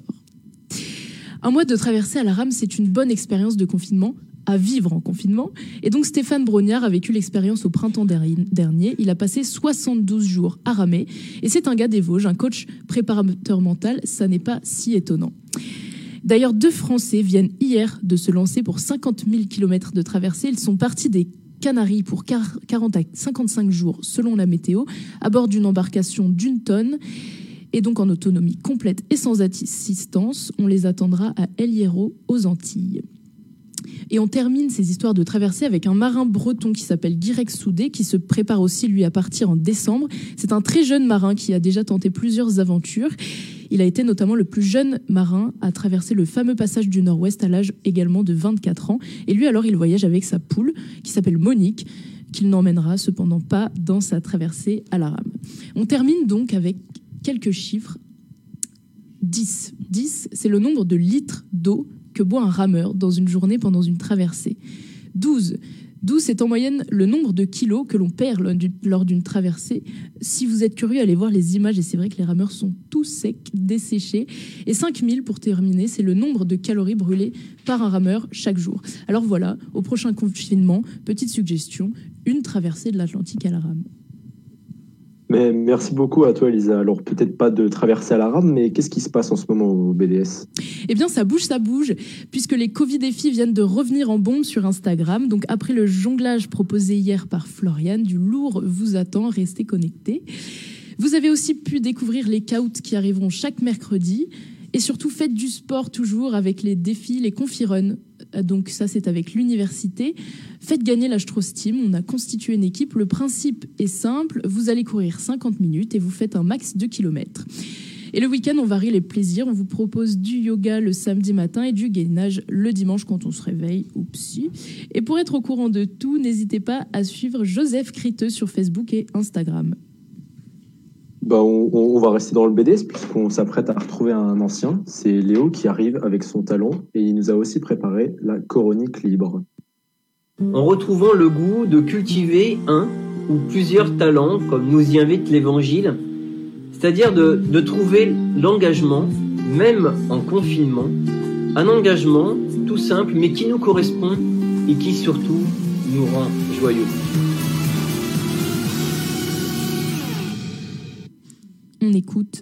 Un mois de traversée à la rame, c'est une bonne expérience de confinement, à vivre en confinement. Et donc Stéphane Brognard a vécu l'expérience au printemps dernier. Il a passé soixante-douze jours à ramer. Et c'est un gars des Vosges, un coach préparateur mental. Ça n'est pas si étonnant. D'ailleurs, deux Français viennent hier de se lancer pour cinquante mille kilomètres de traversée. Ils sont partis des Canaries pour quarante à cinquante-cinq jours selon la météo, à bord d'une embarcation d'une tonne. Et donc en autonomie complète et sans assistance, on les attendra à El Hierro, aux Antilles. Et on termine ces histoires de traversée avec un marin breton qui s'appelle Guirec Soudé, qui se prépare aussi, lui, à partir en décembre. C'est un très jeune marin qui a déjà tenté plusieurs aventures. Il a été notamment le plus jeune marin à traverser le fameux passage du Nord-Ouest à l'âge également de vingt-quatre ans. Et lui, alors, il voyage avec sa poule, qui s'appelle Monique, qu'il n'emmènera cependant pas dans sa traversée à la rame. On termine donc avec quelques chiffres. dix. dix, c'est le nombre de litres d'eau que boit un rameur dans une journée pendant une traversée. douze. douze, c'est en moyenne le nombre de kilos que l'on perd lors d'une traversée. Si vous êtes curieux, allez voir les images, et c'est vrai que les rameurs sont tous secs, desséchés. Et cinq mille, pour terminer, c'est le nombre de calories brûlées par un rameur chaque jour. Alors voilà, au prochain confinement, petite suggestion, une traversée de l'Atlantique à la rame. Mais merci beaucoup à toi, Elisa. Alors, peut-être pas de traverser à la rame, mais qu'est-ce qui se passe en ce moment au B D S ? Eh bien, ça bouge, ça bouge, puisque les Covid-défis viennent de revenir en bombe sur Instagram. Donc, après le jonglage proposé hier par Floriane, du lourd vous attend, restez connectés. Vous avez aussi pu découvrir les K O U T qui arriveront chaque mercredi. Et surtout, faites du sport toujours avec les défis, les Confiruns. Donc ça, c'est avec l'université. Faites gagner la Strauss Team. On a constitué une équipe. Le principe est simple. Vous allez courir cinquante minutes et vous faites un max de kilomètres. Et le week-end, on varie les plaisirs. On vous propose du yoga le samedi matin et du gainage le dimanche quand on se réveille. Oupsie. Et pour être au courant de tout, n'hésitez pas à suivre Joseph Criteux sur Facebook et Instagram. Bah, on, on va rester dans le B D S puisqu'on s'apprête à retrouver un ancien. C'est Léo qui arrive avec son talon et il nous a aussi préparé la chronique libre. En retrouvant le goût de cultiver un ou plusieurs talents, comme nous y invite l'Évangile, c'est-à-dire de, de trouver l'engagement, même en confinement, un engagement tout simple mais qui nous correspond et qui surtout nous rend joyeux. On écoute.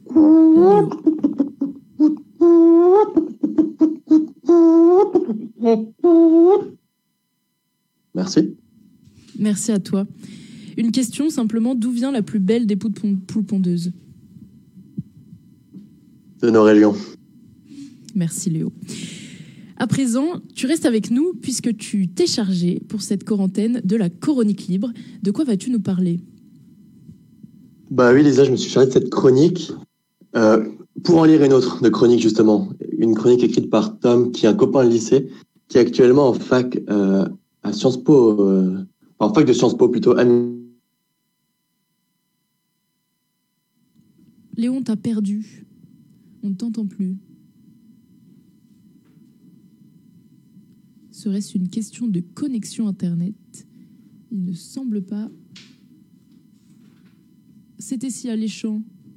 Merci. Merci à toi. Une question simplement, d'où vient la plus belle des poules pondeuses ? De nos régions. Merci Léo. À présent, tu restes avec nous puisque tu t'es chargé pour cette quarantaine de la chronique libre. De quoi vas-tu nous parler ? Bah oui, Lisa, je me suis chargé de cette chronique euh, pour en lire une autre de chronique, justement. Une chronique écrite par Tom, qui est un copain de lycée, qui est actuellement en fac euh, à Sciences Po, euh, en fac de Sciences Po plutôt. Léon, t'as perdu. On ne t'entend plus. Serait-ce une question de connexion Internet ? Il ne semble pas. C'était si alléchant.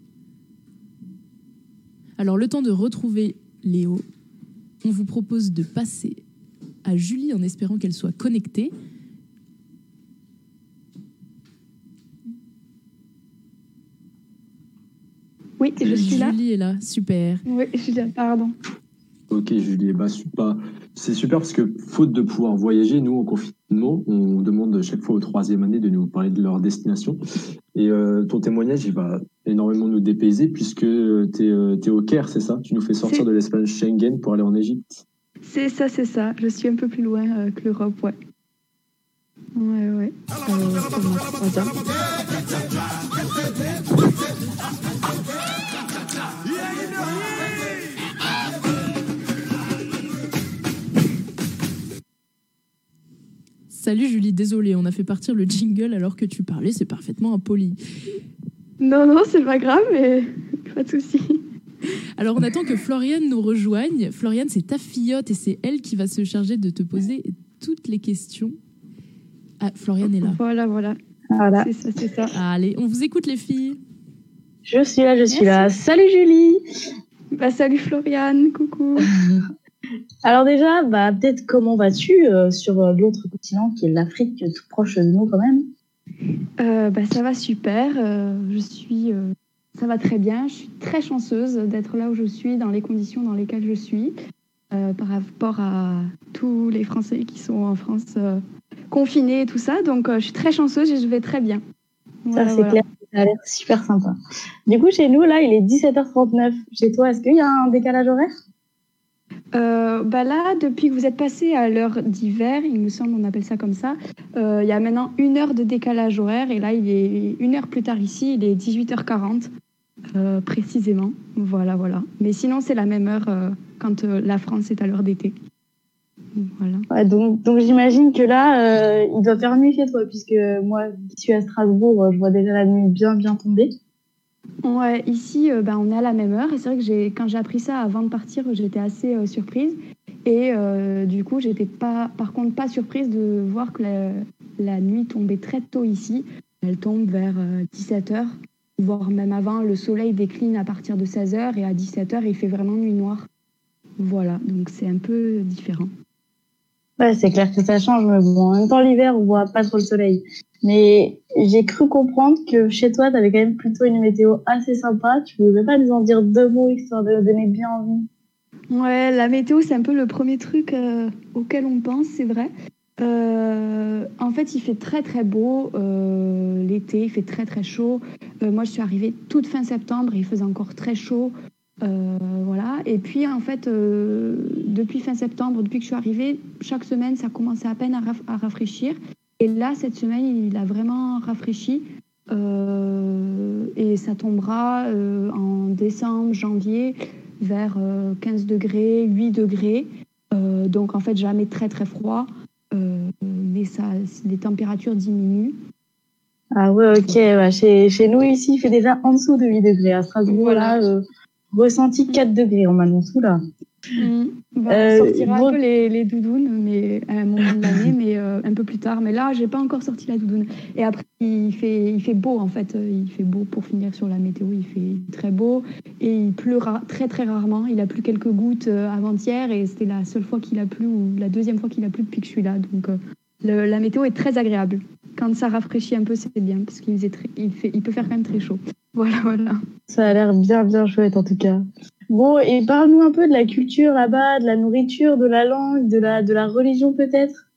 Alors, le temps de retrouver Léo, on vous propose de passer à Julie en espérant qu'elle soit connectée. je suis là. Julie est là, super. Oui, je suis là, pardon. Ok, Julie, bah, super. C'est super parce que, faute de pouvoir voyager, nous, au confinement, on demande chaque fois aux troisième année de nous parler de leur destination. Et euh, ton témoignage, il va énormément nous dépayser puisque tu es, euh, au Caire, c'est ça? Tu nous fais sortir C'est- de l'espace Schengen pour aller en Égypte. C'est ça, c'est ça. Je suis un peu plus loin euh, que l'Europe, ouais. Ouais, ouais. Euh, pendant trois ans. Salut Julie, désolée, on a fait partir le jingle alors que tu parlais, c'est parfaitement impoli. Non, non, c'est pas grave, mais pas de souci. Alors on attend que Floriane nous rejoigne. Floriane, c'est ta filleute et c'est elle qui va se charger de te poser toutes les questions. Ah, Floriane est là. Voilà, voilà. Voilà. C'est ça, c'est ça. Allez, on vous écoute les filles. Je suis là, je suis là. Salut Julie. Bah salut Floriane, coucou. Alors déjà, bah peut-être comment vas-tu euh, sur euh, l'autre continent qui est l'Afrique, tout proche de nous quand même. Euh, bah ça va super. Euh, je suis, euh, ça va très bien. Je suis très chanceuse d'être là où je suis, dans les conditions dans lesquelles je suis, euh, par rapport à tous les Français qui sont en France euh, confinés et tout ça. Donc euh, je suis très chanceuse et je vais très bien. Voilà, ça c'est voilà. clair, ça a l'air super sympa. Du coup chez nous là, il est dix-sept heures trente-neuf. Chez toi, est-ce qu'il y a un décalage horaire? Euh, bah là, depuis que vous êtes passé à l'heure d'hiver, il me semble, on appelle ça comme ça, euh, il y a maintenant une heure de décalage horaire et là, il est une heure plus tard ici, il est dix-huit heures quarante euh, précisément. Voilà, voilà. Mais sinon, c'est la même heure euh, quand euh, la France est à l'heure d'été. Voilà. Ouais, donc donc j'imagine que là, euh, il doit faire nuit chez toi puisque moi, qui suis à Strasbourg, euh, je vois déjà la nuit bien bien tomber. Ouais, ici, euh, ben, on est à la même heure. Et c'est vrai que j'ai, quand j'ai appris ça avant de partir, j'étais assez euh, surprise. Et euh, du coup, j'étais pas, par contre pas surprise de voir que la, la nuit tombait très tôt ici. Elle tombe vers euh, dix-sept heures, voire même avant. Le soleil décline à partir de seize heures et à dix-sept heures, il fait vraiment nuit noire. Voilà, donc c'est un peu différent. Ouais, c'est clair que ça change, mais bon, en même temps, l'hiver, on voit pas trop le soleil. Mais j'ai cru comprendre que chez toi, t'avais quand même plutôt une météo assez sympa. Tu pouvais pas nous en dire deux mots histoire de donner bien envie? Ouais, la météo, c'est un peu le premier truc euh, auquel on pense, c'est vrai. Euh, en fait, il fait très très beau euh, l'été, il fait très très chaud. Euh, moi, je suis arrivée toute fin septembre et il faisait encore très chaud. Euh, voilà. Et puis, en fait, euh, depuis fin septembre, depuis que je suis arrivée, chaque semaine, ça commençait à peine à, raf- à rafraîchir. Et là, cette semaine, il a vraiment rafraîchi. Euh, et ça tombera euh, en décembre, janvier, vers euh, quinze degrés, huit degrés. Euh, donc, en fait, jamais très, très froid. Euh, mais ça, les températures diminuent. Ah ouais, ok. Ouais. Chez, chez nous, ici, il fait déjà en dessous de huit degrés. À Strasbourg, Voilà. là, euh, ressenti quatre degrés, on m'annonce tout là. Mmh. Bah, Euh, on sortira bon- un peu les, les doudounes mais, à un moment de l'année, mais euh, un peu plus tard. Mais là, j'ai pas encore sorti la doudoune. Et après, il fait, il fait beau, en fait. Il fait beau pour finir sur la météo. Il fait très beau. Et il pleut ra- très, très rarement. Il a plu quelques gouttes euh, avant-hier. Et c'était la seule fois qu'il a plu, ou la deuxième fois qu'il a plu depuis que je suis là. Donc, euh, le- la météo est très agréable. Quand ça rafraîchit un peu, c'est bien. Parce qu'il faisait très, il, fait, il peut faire quand même très chaud. Voilà, voilà. Ça a l'air bien, bien chouette en tout cas. Bon, et parle-nous un peu de la culture là-bas, de la nourriture, de la langue, de la, de la religion peut-être.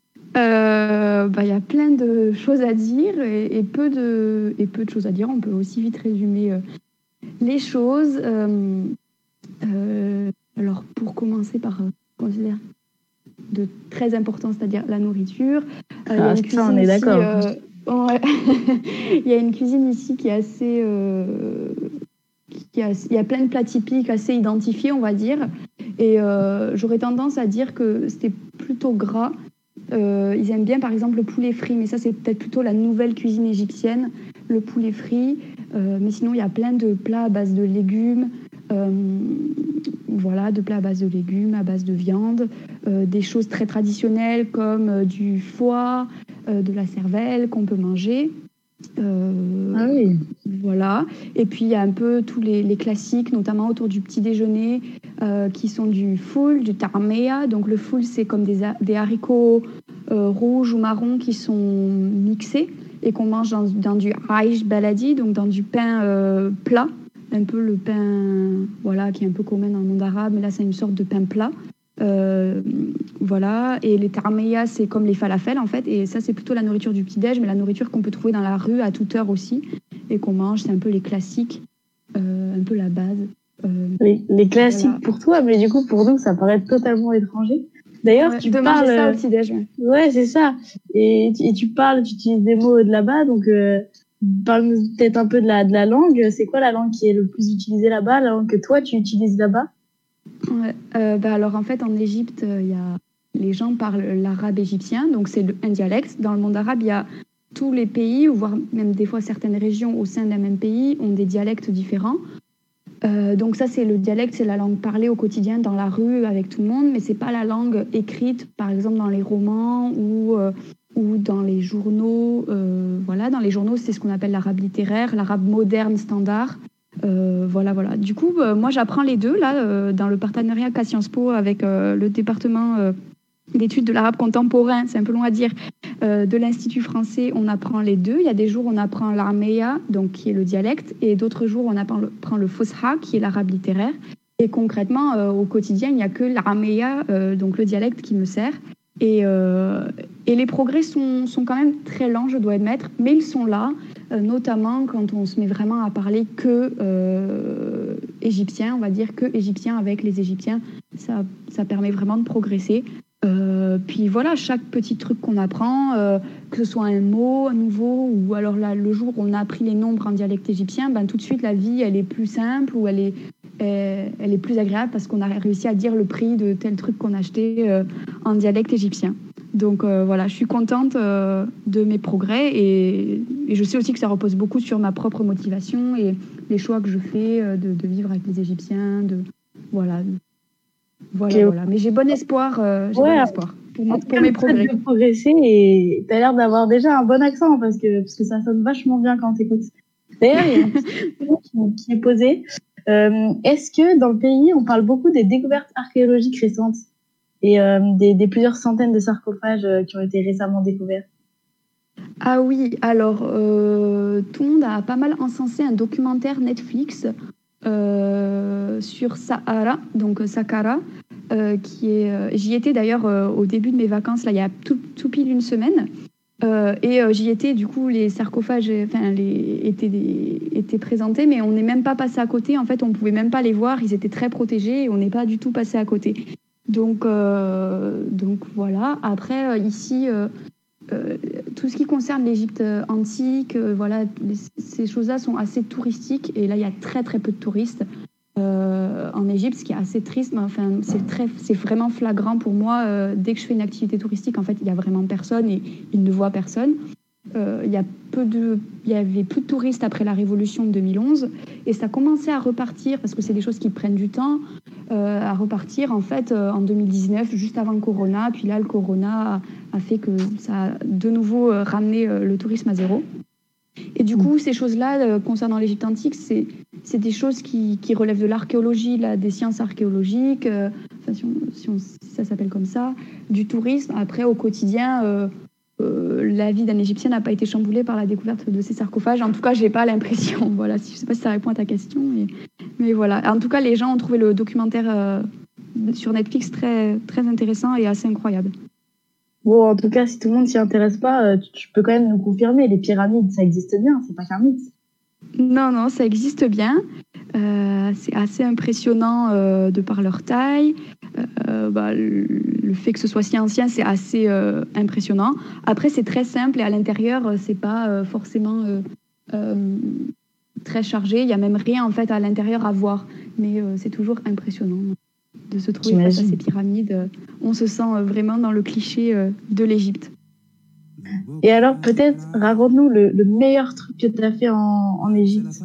Euh, bah, y a plein de choses à dire et, et, peu de, et peu de choses à dire. On peut aussi vite résumer euh, les choses. Euh, euh, alors, pour commencer par, euh, je considère de très important, c'est-à-dire la nourriture. Euh, y a Ah, une ça, on cuisine est ici, d'accord. euh, ouais. Il y a une cuisine ici qui est assez... Euh, qui a, il y a plein de plats typiques assez identifiés, on va dire. Et euh, j'aurais tendance à dire que c'était plutôt gras. Euh, ils aiment bien, par exemple, le poulet frit, mais ça, c'est peut-être plutôt la nouvelle cuisine égyptienne, le poulet frit. Euh, mais sinon, il y a plein de plats à base de légumes. Euh, voilà, de plats à base de légumes, à base de viande. Euh, des choses très traditionnelles comme euh, du foie, euh, de la cervelle qu'on peut manger. Euh, ah oui. Voilà. Et puis il y a un peu tous les, les classiques, notamment autour du petit déjeuner, euh, qui sont du foul, du tarmeya. Donc le foul, c'est comme des, des haricots euh, rouges ou marrons qui sont mixés et qu'on mange dans, dans du aish baladi, donc dans du pain euh, plat, un peu le pain, voilà, qui est un peu commun dans le monde arabe, mais là c'est une sorte de pain plat. Euh, voilà, et les tarmeya c'est comme les falafels en fait, et ça c'est plutôt la nourriture du petit-déj, mais la nourriture qu'on peut trouver dans la rue à toute heure aussi, et qu'on mange, c'est un peu les classiques, euh, un peu la base. Euh, Les, les classiques voilà. pour toi, mais du coup pour nous ça paraît totalement étranger. D'ailleurs, Ouais, tu de parles. manger ça au petit-déj. Ouais. Ouais, c'est ça. Et, tu- et tu parles, tu utilises des mots de là-bas, donc euh, parle-nous peut-être un peu de la, de la langue. C'est quoi la langue qui est le plus utilisée là-bas, la langue que toi tu utilises là-bas? Ouais, euh, bah alors en fait en Égypte, il y a les gens parlent l'arabe égyptien, donc c'est le- un dialecte. Dans le monde arabe, il y a tous les pays, ou voire même des fois certaines régions au sein d'un même pays, ont des dialectes différents. Euh, donc ça, c'est le dialecte, c'est la langue parlée au quotidien dans la rue avec tout le monde, mais c'est pas la langue écrite, par exemple dans les romans ou euh, ou dans les journaux. Euh, voilà, dans les journaux, c'est ce qu'on appelle l'arabe littéraire, l'arabe moderne standard. Euh, voilà, voilà. Du coup, euh, moi, j'apprends les deux là euh, dans le partenariat qu'a Sciences Po avec euh, le département euh, d'études de l'arabe contemporain. C'est un peu long à dire. Euh, de l'Institut français, on apprend les deux. Il y a des jours, on apprend l'arméa, donc qui est le dialecte, et d'autres jours, on apprend le, apprend le fosha, qui est l'arabe littéraire. Et concrètement, euh, au quotidien, il n'y a que l'arméa, euh, donc le dialecte, qui me sert. Et, euh, et les progrès sont, sont quand même très lents, je dois admettre, mais ils sont là, euh, notamment quand on se met vraiment à parler que euh, égyptien, on va dire que égyptien avec les Égyptiens. Ça, ça permet vraiment de progresser. Euh, puis voilà, chaque petit truc qu'on apprend, euh, que ce soit un mot nouveau ou alors là, le jour où on a appris les nombres en dialecte égyptien, ben, tout de suite la vie elle est plus simple ou elle est, elle, elle est plus agréable parce qu'on a réussi à dire le prix de tel truc qu'on a acheté euh, en dialecte égyptien. Donc euh, voilà, je suis contente euh, de mes progrès et, et je sais aussi que ça repose beaucoup sur ma propre motivation et les choix que je fais euh, de, de vivre avec les Égyptiens, de voilà. Voilà, Ok. voilà. Mais j'ai bon espoir, euh, j'ai Ouais. bon espoir pour, mon- En tout pour cas, mes le fait progrès. de progresser et t'as l'air d'avoir déjà un bon accent parce que, parce que ça sonne vachement bien quand t'écoutes. D'ailleurs, il y a une question qui, qui est posée. Euh, est-ce que dans le pays, on parle beaucoup des découvertes archéologiques récentes et euh, des, des plusieurs centaines de sarcophages euh, qui ont été récemment découverts? Ah oui, alors euh, tout le monde a pas mal encensé un documentaire Netflix euh, sur Sahara, donc euh, Saqqara, euh, qui est. euh, J'y étais d'ailleurs euh, au début de mes vacances, là, il y a tout, tout pile une semaine. Euh, et euh, j'y étais, du coup, les sarcophages euh, enfin, les, étaient, des- étaient présentés, mais on n'est même pas passé à côté. En fait, on ne pouvait même pas les voir, ils étaient très protégés et on n'est pas du tout passé à côté. Donc, euh, donc voilà. Après, euh, ici, euh, euh, tout ce qui concerne l'Égypte euh, antique, euh, voilà, les- ces choses-là sont assez touristiques et là, il y a très très peu de touristes. Euh, en Égypte, ce qui est assez triste, mais enfin, c'est très, c'est vraiment flagrant pour moi. Euh, dès que je fais une activité touristique, en fait, il y a vraiment personne et ils ne voient personne. Euh, il y a peu de, il y avait plus de touristes après la révolution de deux mille onze et ça a commencé à repartir parce que c'est des choses qui prennent du temps euh, à repartir en fait euh, en deux mille dix-neuf, juste avant le Corona. Puis là, le Corona a, a fait que ça a de nouveau euh, ramené euh, le tourisme à zéro. Et du coup, ces choses-là, euh, concernant l'Égypte antique, c'est, c'est des choses qui, qui relèvent de l'archéologie, là, des sciences archéologiques, euh, enfin, si, on- si on- si ça s'appelle comme ça, du tourisme. Après, au quotidien, euh, euh, la vie d'un Égyptien n'a pas été chamboulée par la découverte de ces sarcophages. En tout cas, j'ai pas l'impression. Voilà, je sais pas si ça répond à ta question, mais, mais voilà. En tout cas, les gens ont trouvé le documentaire euh, sur Netflix très, très intéressant et assez incroyable. Bon, en tout cas, si tout le monde s'y intéresse pas, euh, tu, tu peux quand même nous confirmer, les pyramides, ça existe bien, c'est pas qu'un mythe. Non, non, ça existe bien. Euh, c'est assez impressionnant euh, de par leur taille. Euh, bah, le, le fait que ce soit si ancien, c'est assez euh, impressionnant. Après, c'est très simple et à l'intérieur, euh, c'est pas euh, forcément euh, euh, très chargé. Il y a même rien en fait à l'intérieur à voir, mais euh, c'est toujours impressionnant de se trouver face à J'imagine. ces pyramides. Euh, On se sent euh, vraiment dans le cliché euh, de l'Égypte. Et alors, peut-être, raconte-nous le, le meilleur truc que tu as fait en, en Égypte.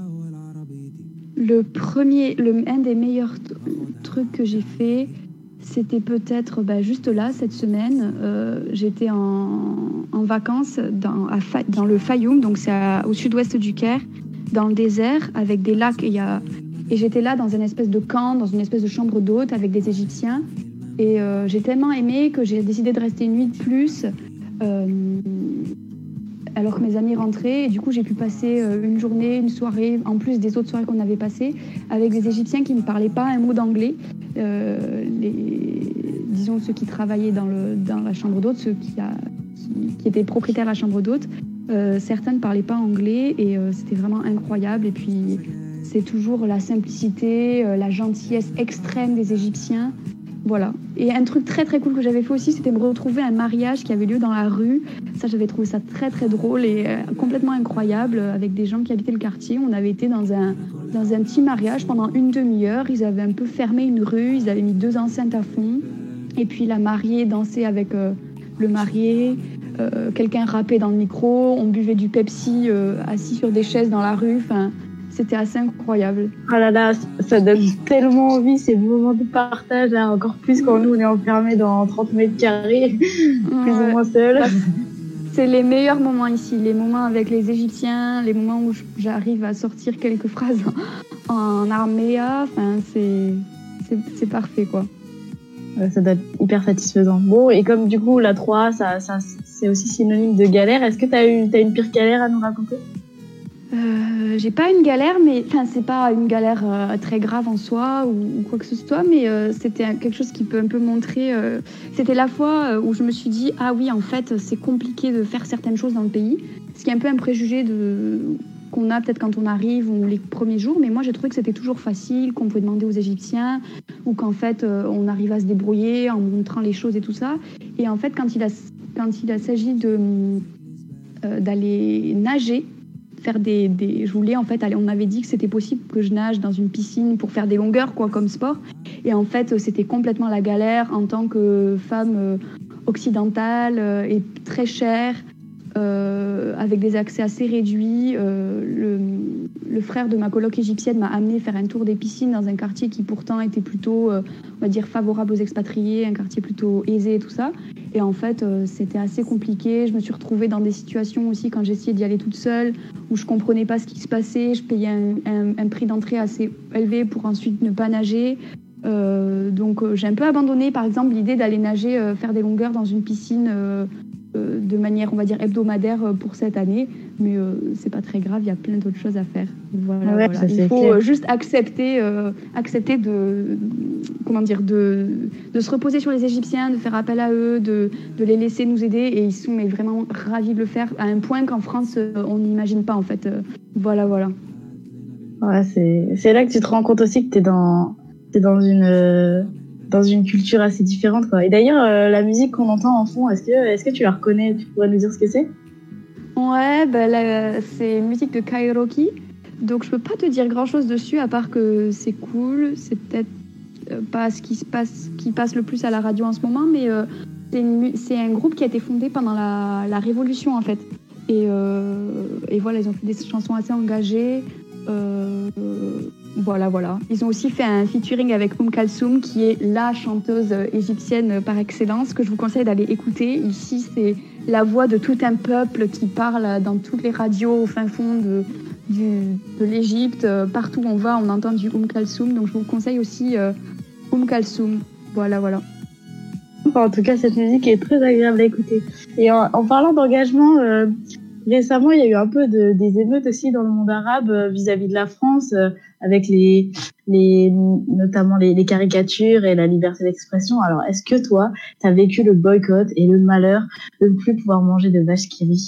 Le premier, le, un des meilleurs t- trucs que j'ai fait, c'était peut-être bah, juste là, cette semaine. Euh, j'étais en, en vacances dans, à Fa- dans le Fayoum, donc c'est à- au sud-ouest du Caire, dans le désert, avec des lacs. Et, il y a, et j'étais là dans une espèce de camp, dans une espèce de chambre d'hôte avec des Égyptiens. Et euh, j'ai tellement aimé que j'ai décidé de rester une nuit de plus. Euh, alors que mes amis rentraient. Et du coup, j'ai pu passer euh, une journée, une soirée, en plus des autres soirées qu'on avait passées, avec des Égyptiens qui ne parlaient pas un mot d'anglais. Euh, les, disons ceux qui travaillaient dans, le, dans la chambre d'hôte, ceux qui, a, qui, qui étaient propriétaires de la chambre d'hôte. Euh, certains ne parlaient pas anglais et euh, c'était vraiment incroyable. Et puis, c'est toujours la simplicité, euh, la gentillesse extrême des Égyptiens. Voilà. Et un truc très très cool que j'avais fait aussi, c'était me retrouver à un mariage qui avait lieu dans la rue. Ça, j'avais trouvé ça très très drôle et euh, complètement incroyable avec des gens qui habitaient le quartier. On avait été dans un, dans un petit mariage pendant une demi-heure. Ils avaient un peu fermé une rue, ils avaient mis deux enceintes à fond. Et puis la mariée dansait avec euh, le marié. Euh, quelqu'un rappait dans le micro. On buvait du Pepsi euh, assis sur des chaises dans la rue. Enfin, c'était assez incroyable. Ah là là, ça donne tellement envie ces moments de partage, hein, encore plus quand nous on est enfermés dans trente mètres carrés, plus ou moins seuls. C'est les meilleurs moments ici, les moments avec les Égyptiens, les moments où j'arrive à sortir quelques phrases en, en arméa, enfin c'est, c'est, c'est parfait quoi. Ouais, ça doit être hyper satisfaisant. Bon, et comme du coup la trois A, ça, ça, c'est aussi synonyme de galère, est-ce que t'as eu, t'as une pire galère à nous raconter ? Euh, j'ai pas une galère, mais enfin c'est pas une galère euh, très grave en soi ou, ou quoi que ce soit, mais euh, c'était quelque chose qui peut un peu montrer. Euh, c'était la fois où je me suis dit ah oui en fait c'est compliqué de faire certaines choses dans le pays, ce qui est un peu un préjugé de qu'on a peut-être quand on arrive ou les premiers jours, mais moi j'ai trouvé que c'était toujours facile, qu'on pouvait demander aux Égyptiens ou qu'en fait euh, on arrive à se débrouiller en montrant les choses et tout ça. Et en fait quand il a quand il a s'agit de euh, d'aller nager. Faire des, des, je voulais en fait aller, on m'avait dit que c'était possible que je nage dans une piscine pour faire des longueurs quoi comme sport et en fait c'était complètement la galère en tant que femme euh, occidentale euh, et très chère euh, avec des accès assez réduits. Euh, le, le frère de ma coloc égyptienne m'a amené faire un tour des piscines dans un quartier qui pourtant était plutôt euh, on va dire favorable aux expatriés, un quartier plutôt aisé et tout ça. Et en fait, euh, c'était assez compliqué. Je me suis retrouvée dans des situations aussi quand j'essayais d'y aller toute seule, où je comprenais pas ce qui se passait. Je payais un, un, un prix d'entrée assez élevé pour ensuite ne pas nager. Euh, donc euh, j'ai un peu abandonné, par exemple, l'idée d'aller nager, euh, faire des longueurs dans une piscine euh, euh, de manière, on va dire, hebdomadaire euh, pour cette année. Mais euh, c'est pas très grave, il y a plein d'autres choses à faire. Voilà, ouais, voilà. Il faut euh, juste accepter, euh, accepter de, comment dire, de, de se reposer sur les Égyptiens, de faire appel à eux, de, de les laisser nous aider. Et ils sont mais vraiment ravis de le faire, à un point qu'en France, euh, on n'imagine pas, en fait. Euh, voilà, voilà. Ouais, c'est, c'est là que tu te rends compte aussi que t'es dans, t'es dans une, euh, dans une culture assez différente, quoi. Et d'ailleurs, euh, la musique qu'on entend en fond, est-ce que, est-ce que tu la reconnais? Tu pourrais nous dire ce que c'est? Ouais, bah là, c'est une musique de Kairoki. Donc je peux pas te dire grand chose dessus à part que c'est cool. C'est peut-être euh, pas ce qui se passe, qui passe le plus à la radio en ce moment, mais euh, c'est, une, c'est un groupe qui a été fondé pendant la, la Révolution en fait. Et, euh, et voilà, ils ont fait des chansons assez engagées. Euh, voilà, voilà. Ils ont aussi fait un featuring avec Oum Kalsoum, qui est la chanteuse égyptienne par excellence, que je vous conseille d'aller écouter. Ici, c'est la voix de tout un peuple qui parle dans toutes les radios au fin fond de, du, de l'Égypte. Partout où on va, on entend du Oum Kalsoum. Donc, je vous conseille aussi euh, Oum Kalsoum. Voilà, voilà. En tout cas, cette musique est très agréable à écouter. Et en, en parlant d'engagement, euh, récemment, il y a eu un peu de, des émeutes aussi dans le monde arabe euh, vis-à-vis de la France, euh, avec les, les, notamment les, les caricatures et la liberté d'expression. Alors, est-ce que toi, tu as vécu le boycott et le malheur de ne plus pouvoir manger de vaches qui rient ?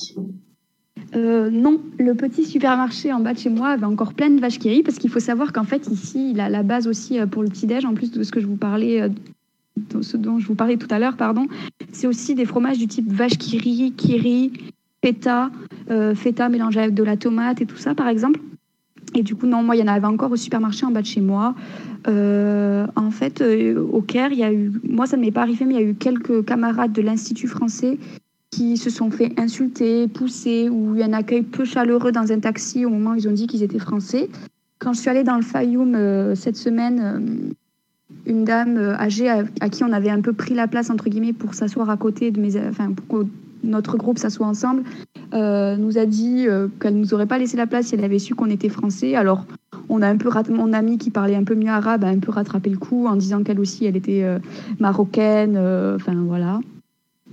Euh, non, le petit supermarché en bas de chez moi avait encore plein de vaches qui rient, parce qu'il faut savoir qu'en fait, ici, il a la base aussi pour le petit-déj, en plus de ce que je vous parlais, euh, ce dont je vous parlais tout à l'heure, pardon. C'est aussi des fromages du type vache qui rit, qui rit, feta, euh, feta mélangé avec de la tomate et tout ça, par exemple. Et du coup, non, moi, il y en avait encore au supermarché en bas de chez moi. Euh, en fait, euh, au Caire, il y a eu... Moi, ça ne m'est pas arrivé, mais il y a eu quelques camarades de l'Institut français qui se sont fait insulter, pousser, ou il y a un accueil peu chaleureux dans un taxi au moment où ils ont dit qu'ils étaient français. Quand je suis allée dans le Fayoum euh, cette semaine, euh, une dame euh, âgée à, à qui on avait un peu pris la place, entre guillemets, pour s'asseoir à côté de mes... Enfin, pour que notre groupe s'assoit ensemble, euh, nous a dit euh, qu'elle ne nous aurait pas laissé la place si elle avait su qu'on était français. Alors, on a un peu rat... mon amie qui parlait un peu mieux arabe a un peu rattrapé le coup en disant qu'elle aussi, elle était euh, marocaine. Enfin, euh, voilà.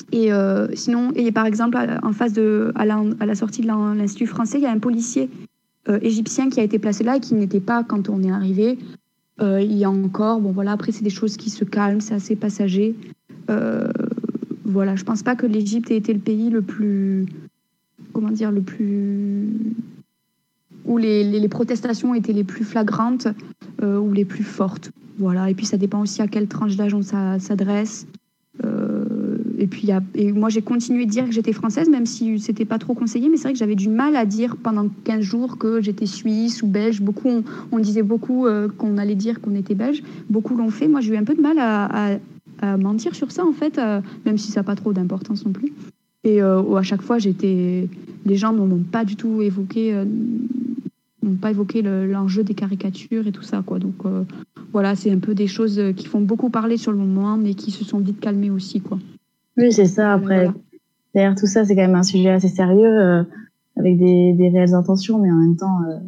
Et euh, sinon, et par exemple, en face de, à la, à la sortie de l'Institut français, il y a un policier euh, égyptien qui a été placé là et qui n'était pas quand on est arrivé. Euh, il y a encore, bon voilà, après c'est des choses qui se calment, c'est assez passager. Euh, voilà, je pense pas que l'Égypte ait été le pays le plus, comment dire, le plus, où les, les, les protestations étaient les plus flagrantes euh, ou les plus fortes. Voilà, et puis ça dépend aussi à quelle tranche d'âge on s'adresse. Euh, et puis, y a, et moi, j'ai continué de dire que j'étais française, même si c'était pas trop conseillé. Mais c'est vrai que j'avais du mal à dire pendant quinze jours que j'étais suisse ou belge. Beaucoup, on, on disait beaucoup euh, qu'on allait dire qu'on était belge. Beaucoup l'ont fait. Moi, j'ai eu un peu de mal à, à, à mentir sur ça, en fait, euh, même si ça n'a pas trop d'importance non plus. Et euh, à chaque fois, j'étais, les gens n'ont pas du tout évoqué, euh, n'ont pas évoqué le, l'enjeu des caricatures et tout ça, quoi. Donc euh, voilà, c'est un peu des choses qui font beaucoup parler sur le moment, mais qui se sont vite calmées aussi, quoi. Oui, c'est ça. Après, voilà. Derrière tout ça, c'est quand même un sujet assez sérieux, euh, avec des, des réelles intentions, mais en même temps. Euh...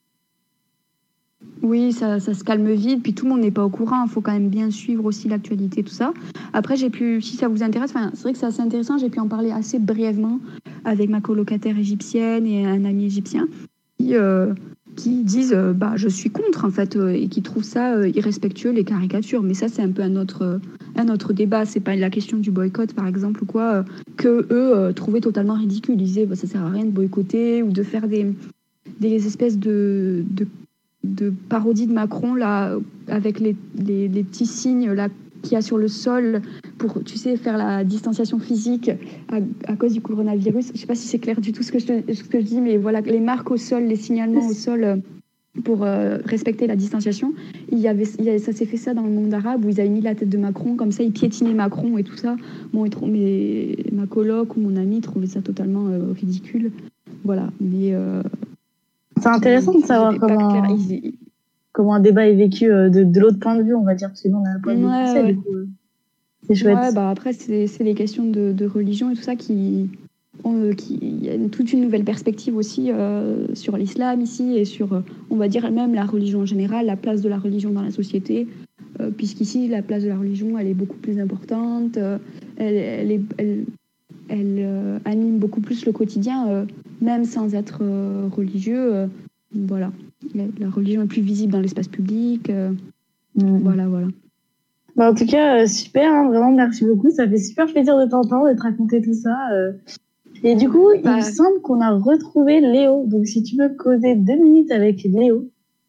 Oui, ça, ça se calme vite, puis tout le monde n'est pas au courant. Il faut quand même bien suivre aussi l'actualité, tout ça. Après, j'ai pu, si ça vous intéresse, c'est vrai que c'est assez intéressant, j'ai pu en parler assez brièvement avec ma colocataire égyptienne et un ami égyptien qui, euh, qui disent euh, bah, je suis contre, en fait, euh, et qui trouvent ça euh, irrespectueux, les caricatures. Mais ça, c'est un peu un autre. Euh, un autre débat, c'est pas la question du boycott par exemple ou quoi, euh, que eux euh, trouvaient totalement ridicule. Ils disaient bah, ça sert à rien de boycotter ou de faire des, des espèces de, de, de parodies de Macron là, avec les, les, les petits signes là qu'il y a sur le sol pour, tu sais, faire la distanciation physique à, à cause du coronavirus. Je sais pas si c'est clair du tout ce que je, ce que je dis, mais voilà, les marques au sol, les signalements au sol euh, pour euh, respecter la distanciation. Il y avait, il y avait, ça s'est fait ça dans le monde arabe où ils avaient mis la tête de Macron, comme ça ils piétinaient Macron et tout ça. Bon, mais ma coloc ou mon ami trouvait ça totalement euh, ridicule. Voilà, mais... Euh, c'est intéressant de savoir comment, ils... comment un débat est vécu euh, de, de l'autre point de vue, on va dire, parce que nous on a un point de vue ouais, français, ouais. du coup. Euh, c'est chouette. Ouais, bah après, c'est, c'est les questions de, de religion et tout ça qui... Il y a toute une nouvelle perspective aussi euh, sur l'islam ici et sur, euh, on va dire, même la religion en général, la place de la religion dans la société, euh, puisqu'ici, la place de la religion, elle est beaucoup plus importante, euh, elle, elle, est, elle, elle euh, anime beaucoup plus le quotidien, euh, même sans être euh, religieux. Euh, voilà, la, la religion est plus visible dans l'espace public. Euh, mmh. Voilà, voilà. Bah, en tout cas, euh, super, hein, vraiment, merci beaucoup. Ça fait super plaisir de t'entendre et de te raconter tout ça. Euh... Et du coup, bah, il me semble qu'on a retrouvé Léo. Donc, si tu veux causer deux minutes avec Léo.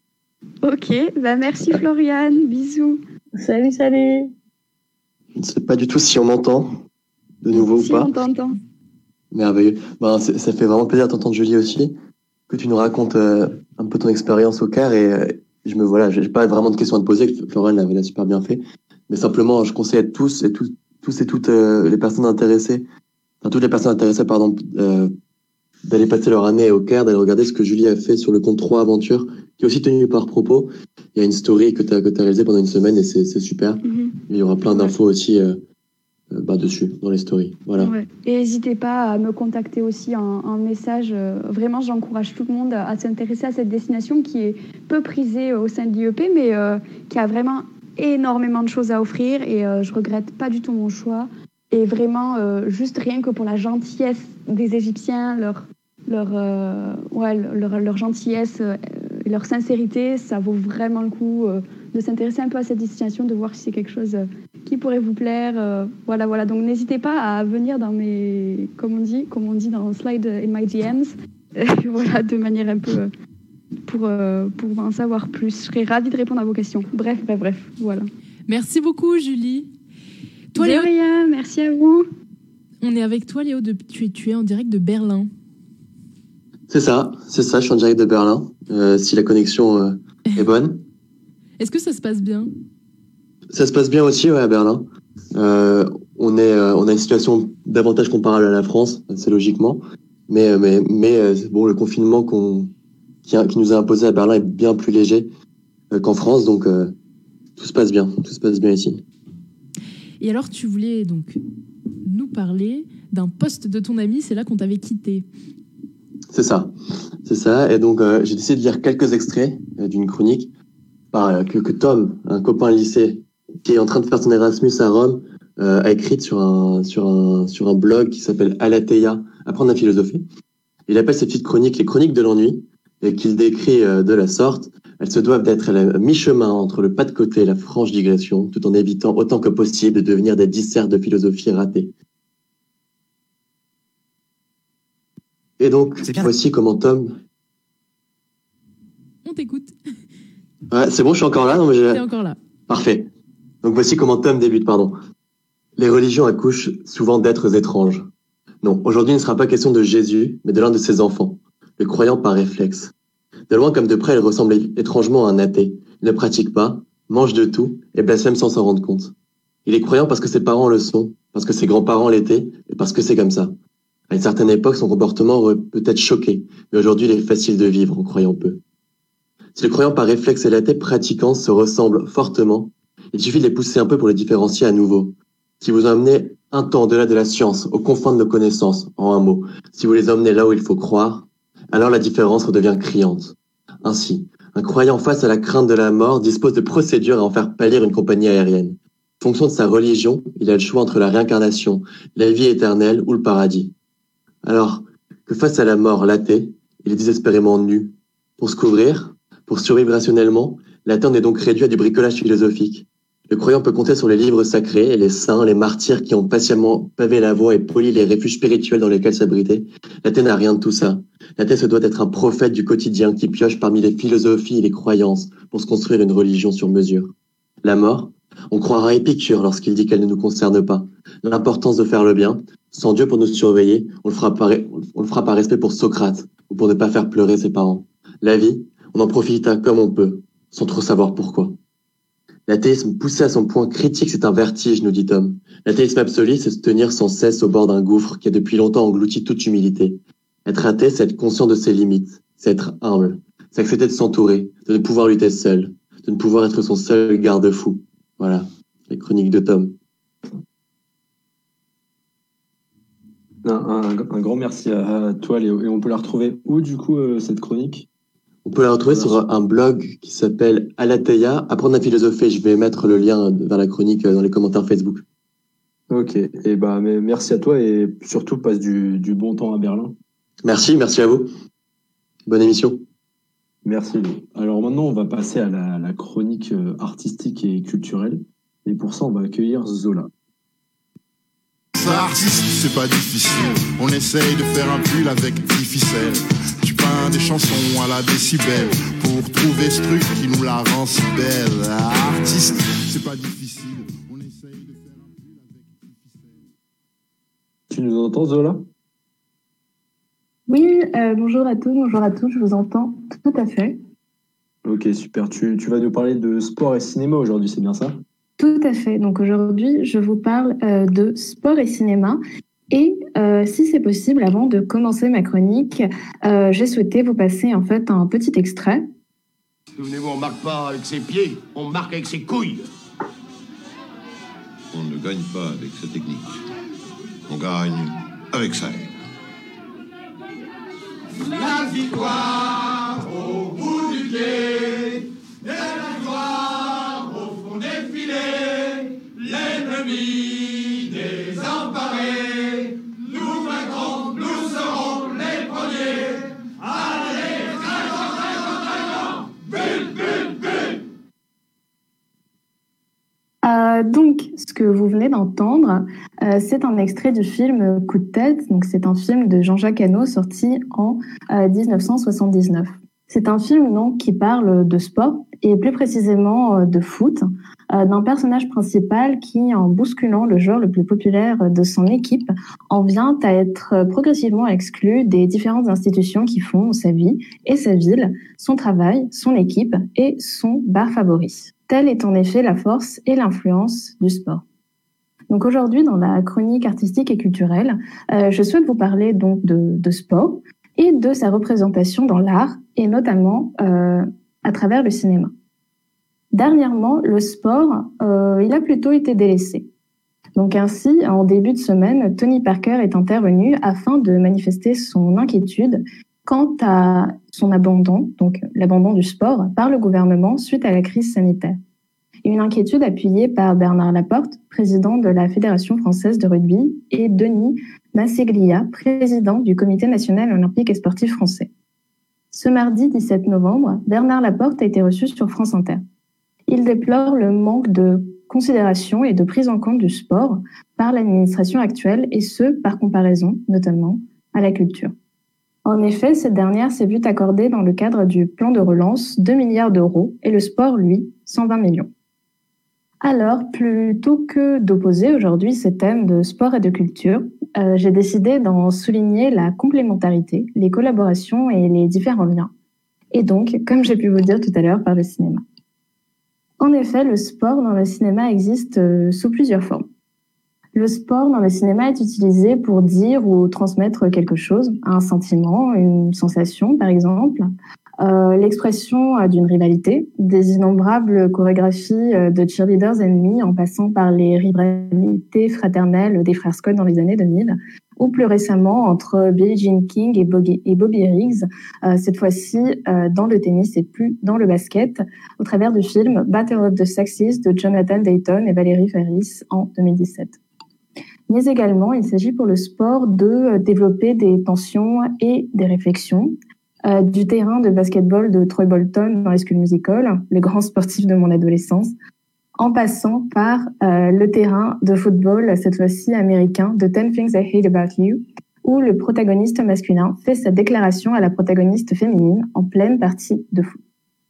Ok, bah merci Floriane, bisous. Salut, salut. Je ne sais pas du tout si on m'entend de nouveau si ou pas. Si on t'entend. Merveilleux. Bah, ça fait vraiment plaisir de t'entendre, Julie, aussi. Que tu nous racontes euh, un peu ton expérience au Caire. Et euh, je me voilà, j'ai pas vraiment de questions à te poser. Floriane l'avait super bien fait. Mais simplement, je conseille à tous et tous, tous et toutes euh, les personnes intéressées, enfin toutes les personnes intéressées, pardon, euh, d'aller passer leur année au Caire, d'aller regarder ce que Julie a fait sur le compte trois Aventures, qui est aussi tenu par Propos. Il y a une story que tu as que t'as réalisée pendant une semaine et c'est c'est super. Mm-hmm. Il y aura plein d'infos aussi euh, euh, bah, dessus, dans les stories. Voilà. Ouais. Et n'hésitez pas à me contacter aussi en, en message. Euh, vraiment, j'encourage tout le monde à s'intéresser à cette destination qui est peu prisée au sein de l'I E P, mais euh, qui a vraiment énormément de choses à offrir et euh, je regrette pas du tout mon choix et vraiment euh, juste rien que pour la gentillesse des Égyptiens, leur leur euh, ouais leur, leur gentillesse euh, et leur sincérité, ça vaut vraiment le coup euh, de s'intéresser un peu à cette destination, de voir si c'est quelque chose euh, qui pourrait vous plaire. Euh, voilà voilà, donc n'hésitez pas à venir dans mes comme on dit comme on dit dans slide in my D Ms euh, voilà, de manière un peu euh, Pour, euh, pour en savoir plus. Je serais ravie de répondre à vos questions. Bref, bref, bref, voilà. Merci beaucoup, Julie. Toi, de Léo, rien, merci à vous. On est avec toi, Léo, de, tu, es, tu es en direct de Berlin. C'est ça, c'est ça, je suis en direct de Berlin, euh, si la connexion euh, est bonne. Est-ce que ça se passe bien ? Ça se passe bien aussi, ouais, à Berlin. Euh, on, est, euh, on a une situation davantage comparable à la France, c'est logiquement. Mais, mais, mais euh, bon, le confinement qu'on Qui, qui nous a imposé à Berlin est bien plus léger euh, qu'en France, donc euh, tout se passe bien, tout se passe bien ici. Et alors, tu voulais donc nous parler d'un post de ton ami, c'est là qu'on t'avait quitté. C'est ça, c'est ça. Et donc, euh, j'ai décidé de lire quelques extraits euh, d'une chronique par, euh, que, que Tom, un copain lycée, qui est en train de faire son Erasmus à Rome, euh, a écrit sur un, sur, un, sur un blog qui s'appelle Alateia, Apprendre à philosopher. Il appelle ces petites chroniques les chroniques de l'ennui, et qu'il décrit euh, de la sorte. Elles se doivent d'être à la mi-chemin entre le pas de côté et la franche digression, tout en évitant autant que possible de devenir des dissertes de philosophie ratés. Et donc, voici comment Tom... On t'écoute. Ouais, c'est bon, je suis encore là, non, mais j'ai... T'es encore là. Parfait. Donc voici comment Tom débute, pardon. Les religions accouchent souvent d'êtres étranges. Non, aujourd'hui il ne sera pas question de Jésus, mais de l'un de ses enfants, le croyant par réflexe. De loin comme de près, il ressemble étrangement à un athée. Il ne pratique pas, mange de tout et blasphème sans s'en rendre compte. Il est croyant parce que ses parents le sont, parce que ses grands-parents l'étaient et parce que c'est comme ça. À une certaine époque, son comportement aurait peut-être choqué, mais aujourd'hui il est facile de vivre en croyant peu. Si le croyant par réflexe et l'athée pratiquant se ressemblent fortement, il suffit de les pousser un peu pour les différencier à nouveau. Si vous emmenez un temps au-delà de la science, aux confins de nos connaissances, en un mot, si vous les emmenez là où il faut croire, alors la différence redevient criante. Ainsi, un croyant face à la crainte de la mort dispose de procédures à en faire pâlir une compagnie aérienne. En fonction de sa religion, il a le choix entre la réincarnation, la vie éternelle ou le paradis. Alors que face à la mort, l'athée, il est désespérément nu. Pour se couvrir, pour survivre rationnellement, l'athée est donc réduit à du bricolage philosophique. Le croyant peut compter sur les livres sacrés et les saints, les martyrs qui ont patiemment pavé la voie et poli les refuges spirituels dans lesquels s'abriter. L'athée n'a rien de tout ça. L'athée se doit être un prophète du quotidien qui pioche parmi les philosophies et les croyances pour se construire une religion sur mesure. La mort, on croira à Épicure lorsqu'il dit qu'elle ne nous concerne pas. L'importance de faire le bien, sans Dieu pour nous surveiller, on le fera par, on le fera par respect pour Socrate ou pour ne pas faire pleurer ses parents. La vie, on en profita comme on peut, sans trop savoir pourquoi. L'athéisme poussé à son point critique, c'est un vertige, nous dit Tom. L'athéisme absolu, c'est se tenir sans cesse au bord d'un gouffre qui a depuis longtemps englouti toute humilité. Être athée, c'est être conscient de ses limites, c'est être humble, c'est accepter de s'entourer, de ne pouvoir lutter seul, de ne pouvoir être son seul garde-fou. Voilà, les chroniques de Tom. Un, un, un grand merci à, à toi, Léo. Et on peut la retrouver où, du coup, euh, cette chronique ? On peut la retrouver sur un blog qui s'appelle Alateia, Apprendre à philosopher. Je vais mettre le lien vers la chronique dans les commentaires Facebook. Ok, et bah, mais merci à toi et surtout passe du, du bon temps à Berlin. Merci, merci à vous. Bonne émission. Merci. Alors maintenant, on va passer à la, la chronique artistique et culturelle. Et pour ça, on va accueillir Zola. Artiste, c'est pas difficile. On essaye de faire un pull avec dix ficelles. Tu peins des chansons à la décibel pour trouver ce truc qui nous la rend si belle. Artiste, c'est pas difficile. On essaye de faire un pull avec dix ficelles. Tu nous entends, Zola ? Oui, euh, bonjour à tous, bonjour à tous, je vous entends tout à fait. Ok, super. Tu, tu vas nous parler de sport et cinéma aujourd'hui, c'est bien ça ? Tout à fait. Donc aujourd'hui, je vous parle euh, de sport et cinéma. Et euh, si c'est possible, avant de commencer ma chronique, euh, j'ai souhaité vous passer en fait un petit extrait. Souvenez-vous, on marque pas avec ses pieds, on marque avec ses couilles. On ne gagne pas avec cette technique. On gagne avec ça. La victoire au bout du pied, et la gloire au fond des filets, l'ennemi désemparé, nous vaincrons, nous serons les premiers. Allez, très fort, très fort, très fort, but, but, but. Euh, donc, ce que vous venez d'entendre, euh, c'est un extrait du film Coup de tête. Donc, c'est un film de Jean-Jacques Hano sorti en euh, dix-neuf cent soixante-dix-neuf. C'est un film donc qui parle de sport et plus précisément euh, de foot, euh, d'un personnage principal qui, en bousculant le joueur le plus populaire de son équipe, en vient à être progressivement exclu des différentes institutions qui font sa vie et sa ville, son travail, son équipe et son bar favori. Telle est en effet la force et l'influence du sport. Donc aujourd'hui, dans la chronique artistique et culturelle, euh, je souhaite vous parler donc de, de sport et de sa représentation dans l'art, et notamment euh, à travers le cinéma. Dernièrement, le sport, euh, il a plutôt été délaissé. Donc ainsi, en début de semaine, Tony Parker est intervenu afin de manifester son inquiétude quant à son abandon, donc l'abandon du sport, par le gouvernement suite à la crise sanitaire. et une inquiétude appuyée par Bernard Laporte, président de la Fédération française de rugby, et Denis Masseglia, président du Comité national olympique et sportif français. Ce mardi dix-sept novembre, Bernard Laporte a été reçu sur France Inter. Il déplore le manque de considération et de prise en compte du sport par l'administration actuelle, et ce, par comparaison, notamment, à la culture. En effet, cette dernière s'est vue accorder dans le cadre du plan de relance deux milliards d'euros et le sport, lui, cent vingt millions. Alors, plutôt que d'opposer aujourd'hui ces thèmes de sport et de culture, euh, j'ai décidé d'en souligner la complémentarité, les collaborations et les différents liens. Et donc, comme j'ai pu vous dire tout à l'heure, par le cinéma. En effet, le sport dans le cinéma existe euh, sous plusieurs formes. Le sport dans le cinéma est utilisé pour dire ou transmettre quelque chose, un sentiment, une sensation par exemple, euh, l'expression euh, d'une rivalité, des innombrables chorégraphies euh, de cheerleaders ennemis en passant par les rivalités fraternelles des frères Scott dans les années deux mille, ou plus récemment entre Billie Jean King et Bobby, et Bobby Riggs, euh, cette fois-ci euh, dans le tennis et plus dans le basket, au travers du film Battle of the Sexes de Jonathan Dayton et Valérie Ferris en deux mille dix-sept. Mais également, il s'agit pour le sport de développer des tensions et des réflexions. Euh, du terrain de basketball de Troy Bolton dans High School Musical, le grand sportif de mon adolescence, en passant par euh, le terrain de football, cette fois-ci américain, de Ten Things I Hate About You, où le protagoniste masculin fait sa déclaration à la protagoniste féminine en pleine partie de foot.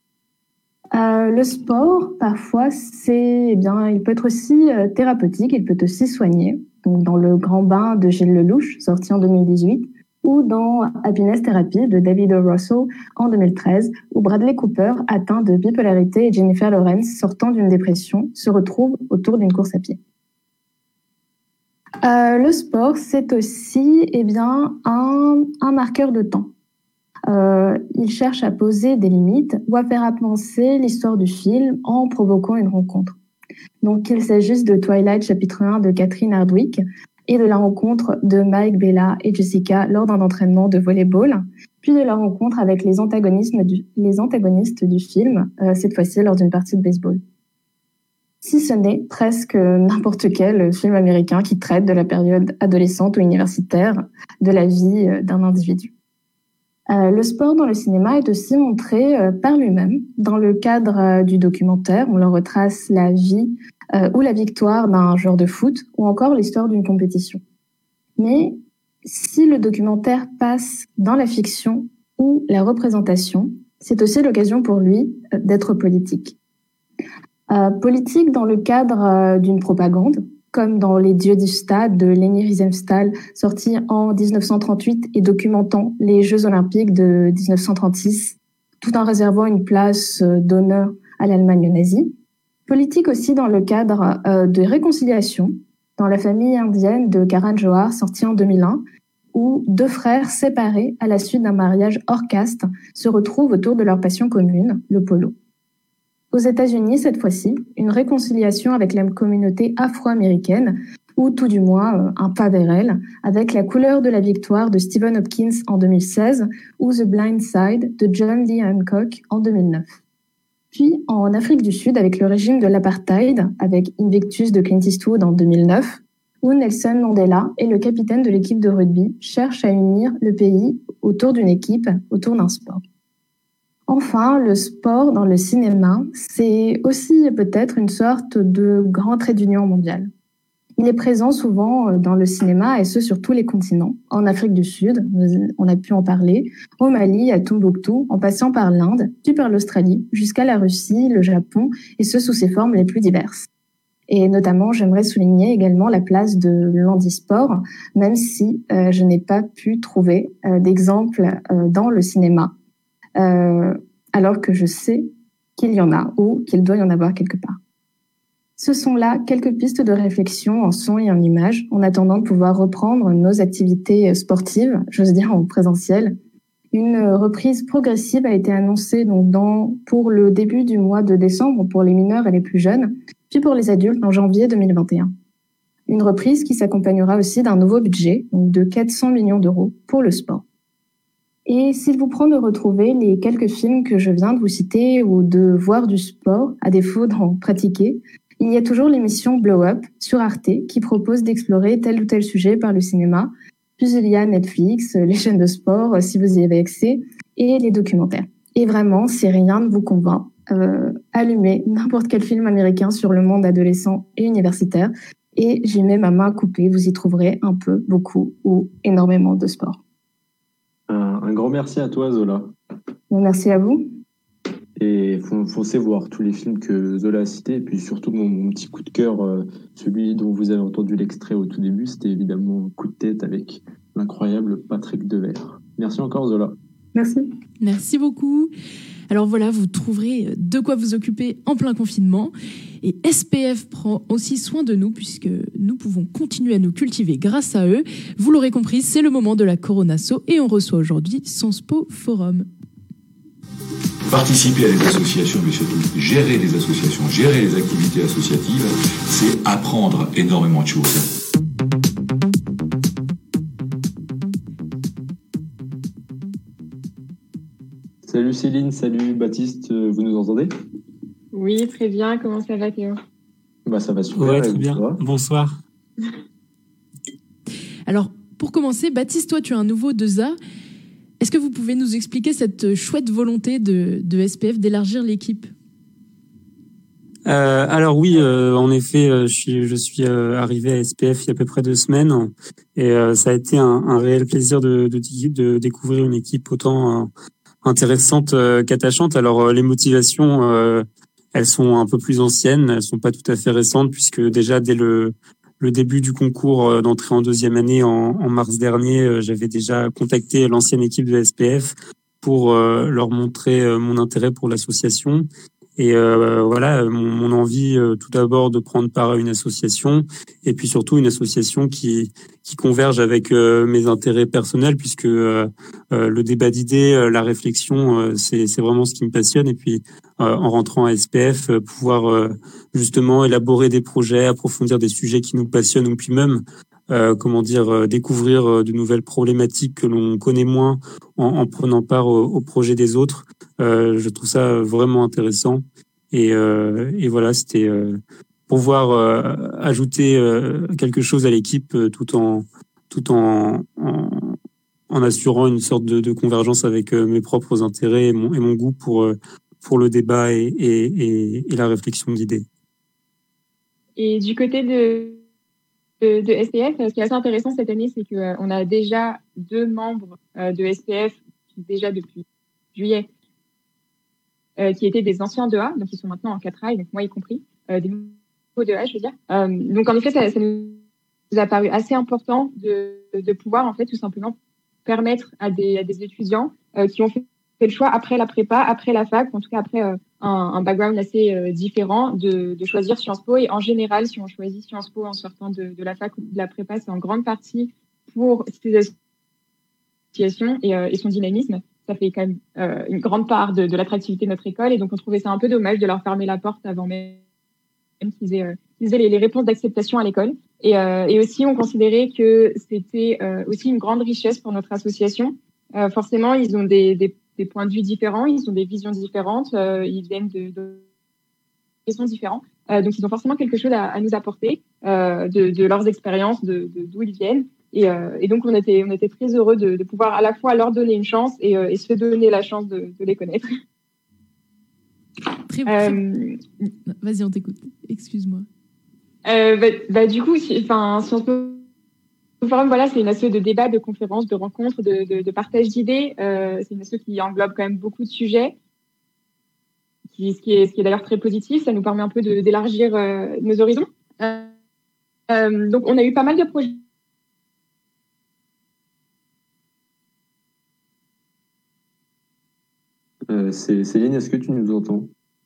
Euh, le sport, parfois, c'est, eh bien, il peut être aussi euh, thérapeutique, il peut aussi soigner. Donc, dans Le Grand Bain de Gilles Lelouch, sorti en deux mille dix-huit, ou dans Happiness Therapy de David O. Russell en deux mille treize, où Bradley Cooper, atteint de bipolarité, et Jennifer Lawrence, sortant d'une dépression, se retrouvent autour d'une course à pied. Euh, le sport, c'est aussi, eh bien, un, un marqueur de temps. Euh, il cherche à poser des limites ou à faire avancer l'histoire du film en provoquant une rencontre. Donc, qu'il s'agisse de Twilight chapitre un de Catherine Hardwicke et de la rencontre de Mike, Bella et Jessica lors d'un entraînement de volleyball, puis de la rencontre avec les antagonistes du, les antagonistes du film, euh, cette fois-ci lors d'une partie de baseball. Si ce n'est presque n'importe quel film américain qui traite de la période adolescente ou universitaire de la vie d'un individu. Euh, le sport dans le cinéma est aussi montré euh, par lui-même. Dans le cadre euh, du documentaire, on leur retrace la vie euh, ou la victoire d'un joueur de foot ou encore l'histoire d'une compétition. Mais si le documentaire passe dans la fiction ou la représentation, c'est aussi l'occasion pour lui euh, d'être politique. Euh, politique dans le cadre euh, d'une propagande, comme dans Les Dieux du Stade de Leni Riefenstahl, sorti en dix-neuf cent trente-huit et documentant les Jeux Olympiques de dix-neuf cent trente-six, tout en réservant une place d'honneur à l'Allemagne nazie. Politique aussi dans le cadre euh, de réconciliation, dans La famille indienne de Karan Johar, sorti en deux mille un, où deux frères séparés à la suite d'un mariage hors caste se retrouvent autour de leur passion commune, le polo. Aux États-Unis, cette fois-ci, une réconciliation avec la communauté afro-américaine, ou tout du moins un pas vers elle, avec La couleur de la victoire de Stephen Hopkins en deux mille seize ou The Blind Side de John Lee Hancock en deux mille neuf. Puis en Afrique du Sud, avec le régime de l'apartheid, avec Invictus de Clint Eastwood en deux mille neuf, où Nelson Mandela et le capitaine de l'équipe de rugby cherchent à unir le pays autour d'une équipe, autour d'un sport. Enfin, le sport dans le cinéma, c'est aussi peut-être une sorte de grand trait d'union mondial. Il est présent souvent dans le cinéma, et ce sur tous les continents. En Afrique du Sud, on a pu en parler, au Mali, à Tombouctou, en passant par l'Inde, puis par l'Australie, jusqu'à la Russie, le Japon, et ce sous ses formes les plus diverses. Et notamment, j'aimerais souligner également la place de l'handisport, même si euh, je n'ai pas pu trouver euh, d'exemple euh, dans le cinéma. Euh, alors que je sais qu'il y en a ou qu'il doit y en avoir quelque part. Ce sont là quelques pistes de réflexion en son et en image, en attendant de pouvoir reprendre nos activités sportives, j'ose dire en présentiel. Une reprise progressive a été annoncée donc dans, pour le début du mois de décembre pour les mineurs et les plus jeunes, puis pour les adultes en janvier deux mille vingt et un. Une reprise qui s'accompagnera aussi d'un nouveau budget, donc de quatre cents millions d'euros pour le sport. Et s'il vous prend de retrouver les quelques films que je viens de vous citer ou de voir du sport, à défaut d'en pratiquer, il y a toujours l'émission Blow Up sur Arte qui propose d'explorer tel ou tel sujet par le cinéma. Puis il y a Netflix, les chaînes de sport, si vous y avez accès, et les documentaires. Et vraiment, si rien ne vous convainc, euh, allumez n'importe quel film américain sur le monde adolescent et universitaire et j'y mets ma main coupée. Vous y trouverez un peu, beaucoup ou énormément de sport. Un, un grand merci à toi, Zola. Merci à vous. Et foncez voir tous les films que Zola a cités. Et puis surtout, mon, mon petit coup de cœur, euh, celui dont vous avez entendu l'extrait au tout début, c'était évidemment Coup de tête avec l'incroyable Patrick Devers. Merci encore, Zola. Merci. Merci beaucoup. Alors voilà, vous trouverez de quoi vous occuper en plein confinement. Et S P F prend aussi soin de nous puisque nous pouvons continuer à nous cultiver grâce à eux. Vous l'aurez compris, c'est le moment de la Coronasso et on reçoit aujourd'hui Sanspo Forum. Participer à des associations, mais surtout gérer les associations, gérer les activités associatives, c'est apprendre énormément de choses. Salut Céline, salut Baptiste, vous nous entendez ? Oui, très bien. Comment ça va, Théo ? Bah, ça va super. Ouais, très bien. Bonsoir. Alors, pour commencer, Baptiste, toi, tu as un nouveau deux A. Est-ce que vous pouvez nous expliquer cette chouette volonté de, de S P F d'élargir l'équipe ? Euh, alors oui, euh, en effet, euh, je suis, je suis euh, arrivé à S P F il y a à peu près deux semaines et euh, ça a été un, un réel plaisir de, de, de découvrir une équipe autant euh, intéressante euh, qu'attachante. Alors euh, les motivations, euh, elles sont un peu plus anciennes, elles sont pas tout à fait récentes puisque déjà dès le le début du concours euh, d'entrée en deuxième année en, en mars dernier, euh, j'avais déjà contacté l'ancienne équipe de S P F pour euh, leur montrer euh, mon intérêt pour l'association. Et euh, voilà, mon, mon envie euh, tout d'abord de prendre part à une association et puis surtout une association qui qui converge avec euh, mes intérêts personnels puisque euh, euh, le débat d'idées, euh, la réflexion, euh, c'est c'est vraiment ce qui me passionne. Et puis euh, en rentrant à S P F, euh, pouvoir euh, justement élaborer des projets, approfondir des sujets qui nous passionnent ou puis même Euh, comment dire, euh, découvrir euh, de nouvelles problématiques que l'on connaît moins en, en prenant part au, au projet des autres. Euh, je trouve ça vraiment intéressant. Et, euh, et voilà, c'était euh, pouvoir euh, ajouter euh, quelque chose à l'équipe euh, tout en tout en, en, en assurant une sorte de, de convergence avec euh, mes propres intérêts et mon, et mon goût pour euh, pour le débat et, et, et, et la réflexion d'idées. Et du côté de De, de S P F, ce qui est assez intéressant cette année, c'est qu'on euh, a déjà deux membres euh, de S P F, déjà depuis juillet, euh, qui étaient des anciens deux A, donc ils sont maintenant en quatre A, et donc moi y compris, euh, des nouveaux deux A, je veux dire. Euh, donc en effet, ça, ça nous a paru assez important de, de pouvoir en fait tout simplement permettre à des, à des étudiants euh, qui ont fait le choix après la prépa, après la fac, en tout cas après euh, un, un background assez euh, différent, de, de choisir Sciences Po. Et en général, si on choisit Sciences Po en sortant de, de la fac ou de la prépa, c'est en grande partie pour ses associations et, euh, et son dynamisme. Ça fait quand même euh, une grande part de, de l'attractivité de notre école. Et donc, on trouvait ça un peu dommage de leur fermer la porte avant même qu'ils aient, euh, qu'ils aient les, les réponses d'acceptation à l'école. Et, euh, et aussi, on considérait que c'était euh, aussi une grande richesse pour notre association. Euh, forcément, ils ont des, des des points de vue différents, ils ont des visions différentes, euh, ils viennent de, de questions différentes. Euh, donc, ils ont forcément quelque chose à, à nous apporter euh, de, de leurs expériences, de, de d'où ils viennent. Et, euh, et donc, on était, on était très heureux de, de pouvoir à la fois leur donner une chance et, euh, et se donner la chance de, de les connaître. Très bien. Euh, Vas-y, on t'écoute. Excuse-moi. Euh, bah, bah, du coup, si, enfin, si on peut Le forum, voilà, c'est une asso de débat, de conférences, de rencontres, de, de, de partage d'idées. Euh, c'est une asso qui englobe quand même beaucoup de sujets, qui, ce qui est, ce qui est d'ailleurs très positif. Ça nous permet un peu de, d'élargir euh, nos horizons. Euh, euh, donc, on a eu pas mal de projets. Euh, c'est, Céline, est-ce que tu nous entends ?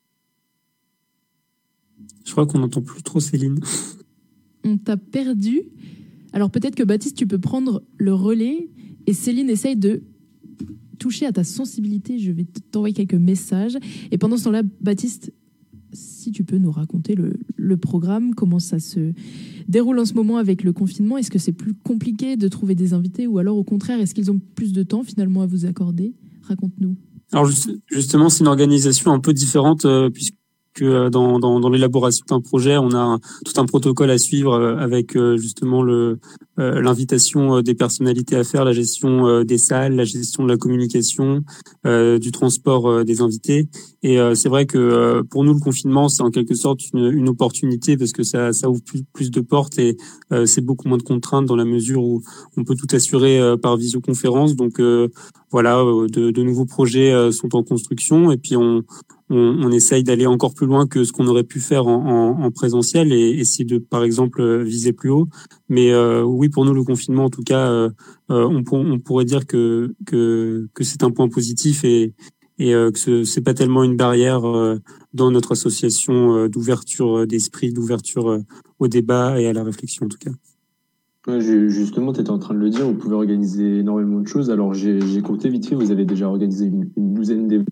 Je crois qu'on n'entend plus trop Céline. On t'a perdu. Alors peut-être que Baptiste, tu peux prendre le relais et Céline essaye de toucher à ta sensibilité. Je vais t'envoyer quelques messages. Et pendant ce temps-là, Baptiste, si tu peux nous raconter le, le programme, comment ça se déroule en ce moment avec le confinement. Est-ce que c'est plus compliqué de trouver des invités ou alors au contraire, est-ce qu'ils ont plus de temps finalement à vous accorder? Raconte-nous. Alors justement, c'est une organisation un peu différente euh, puisque dans, dans, dans l'élaboration d'un projet, on a un, tout un protocole à suivre euh, avec euh, justement le euh, l'invitation des personnalités à faire, la gestion euh, des salles, la gestion de la communication, euh, du transport euh, des invités. Et euh, c'est vrai que euh, pour nous, le confinement, c'est en quelque sorte une, une opportunité parce que ça, ça ouvre plus, plus de portes et euh, c'est beaucoup moins de contraintes dans la mesure où on peut tout assurer euh, par visioconférence. Donc euh, voilà, euh, de, de nouveaux projets euh, sont en construction et puis on On, on essaye d'aller encore plus loin que ce qu'on aurait pu faire en, en, en présentiel et essayer de, par exemple, viser plus haut. Mais euh, oui, pour nous, le confinement, en tout cas, euh, on, pour, on pourrait dire que que, que c'est un point positif et, et euh, que ce, c'est pas tellement une barrière euh, dans notre association euh, d'ouverture d'esprit, d'ouverture euh, au débat et à la réflexion, en tout cas. Ouais, justement, tu étais en train de le dire, vous pouvez organiser énormément de choses. Alors, j'ai, j'ai compté vite fait, vous avez déjà organisé une, une douzaine d'événements.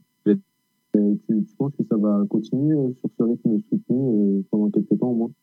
Tu, tu penses que ça va continuer sur ce rythme soutenu euh, pendant quelques temps au moins?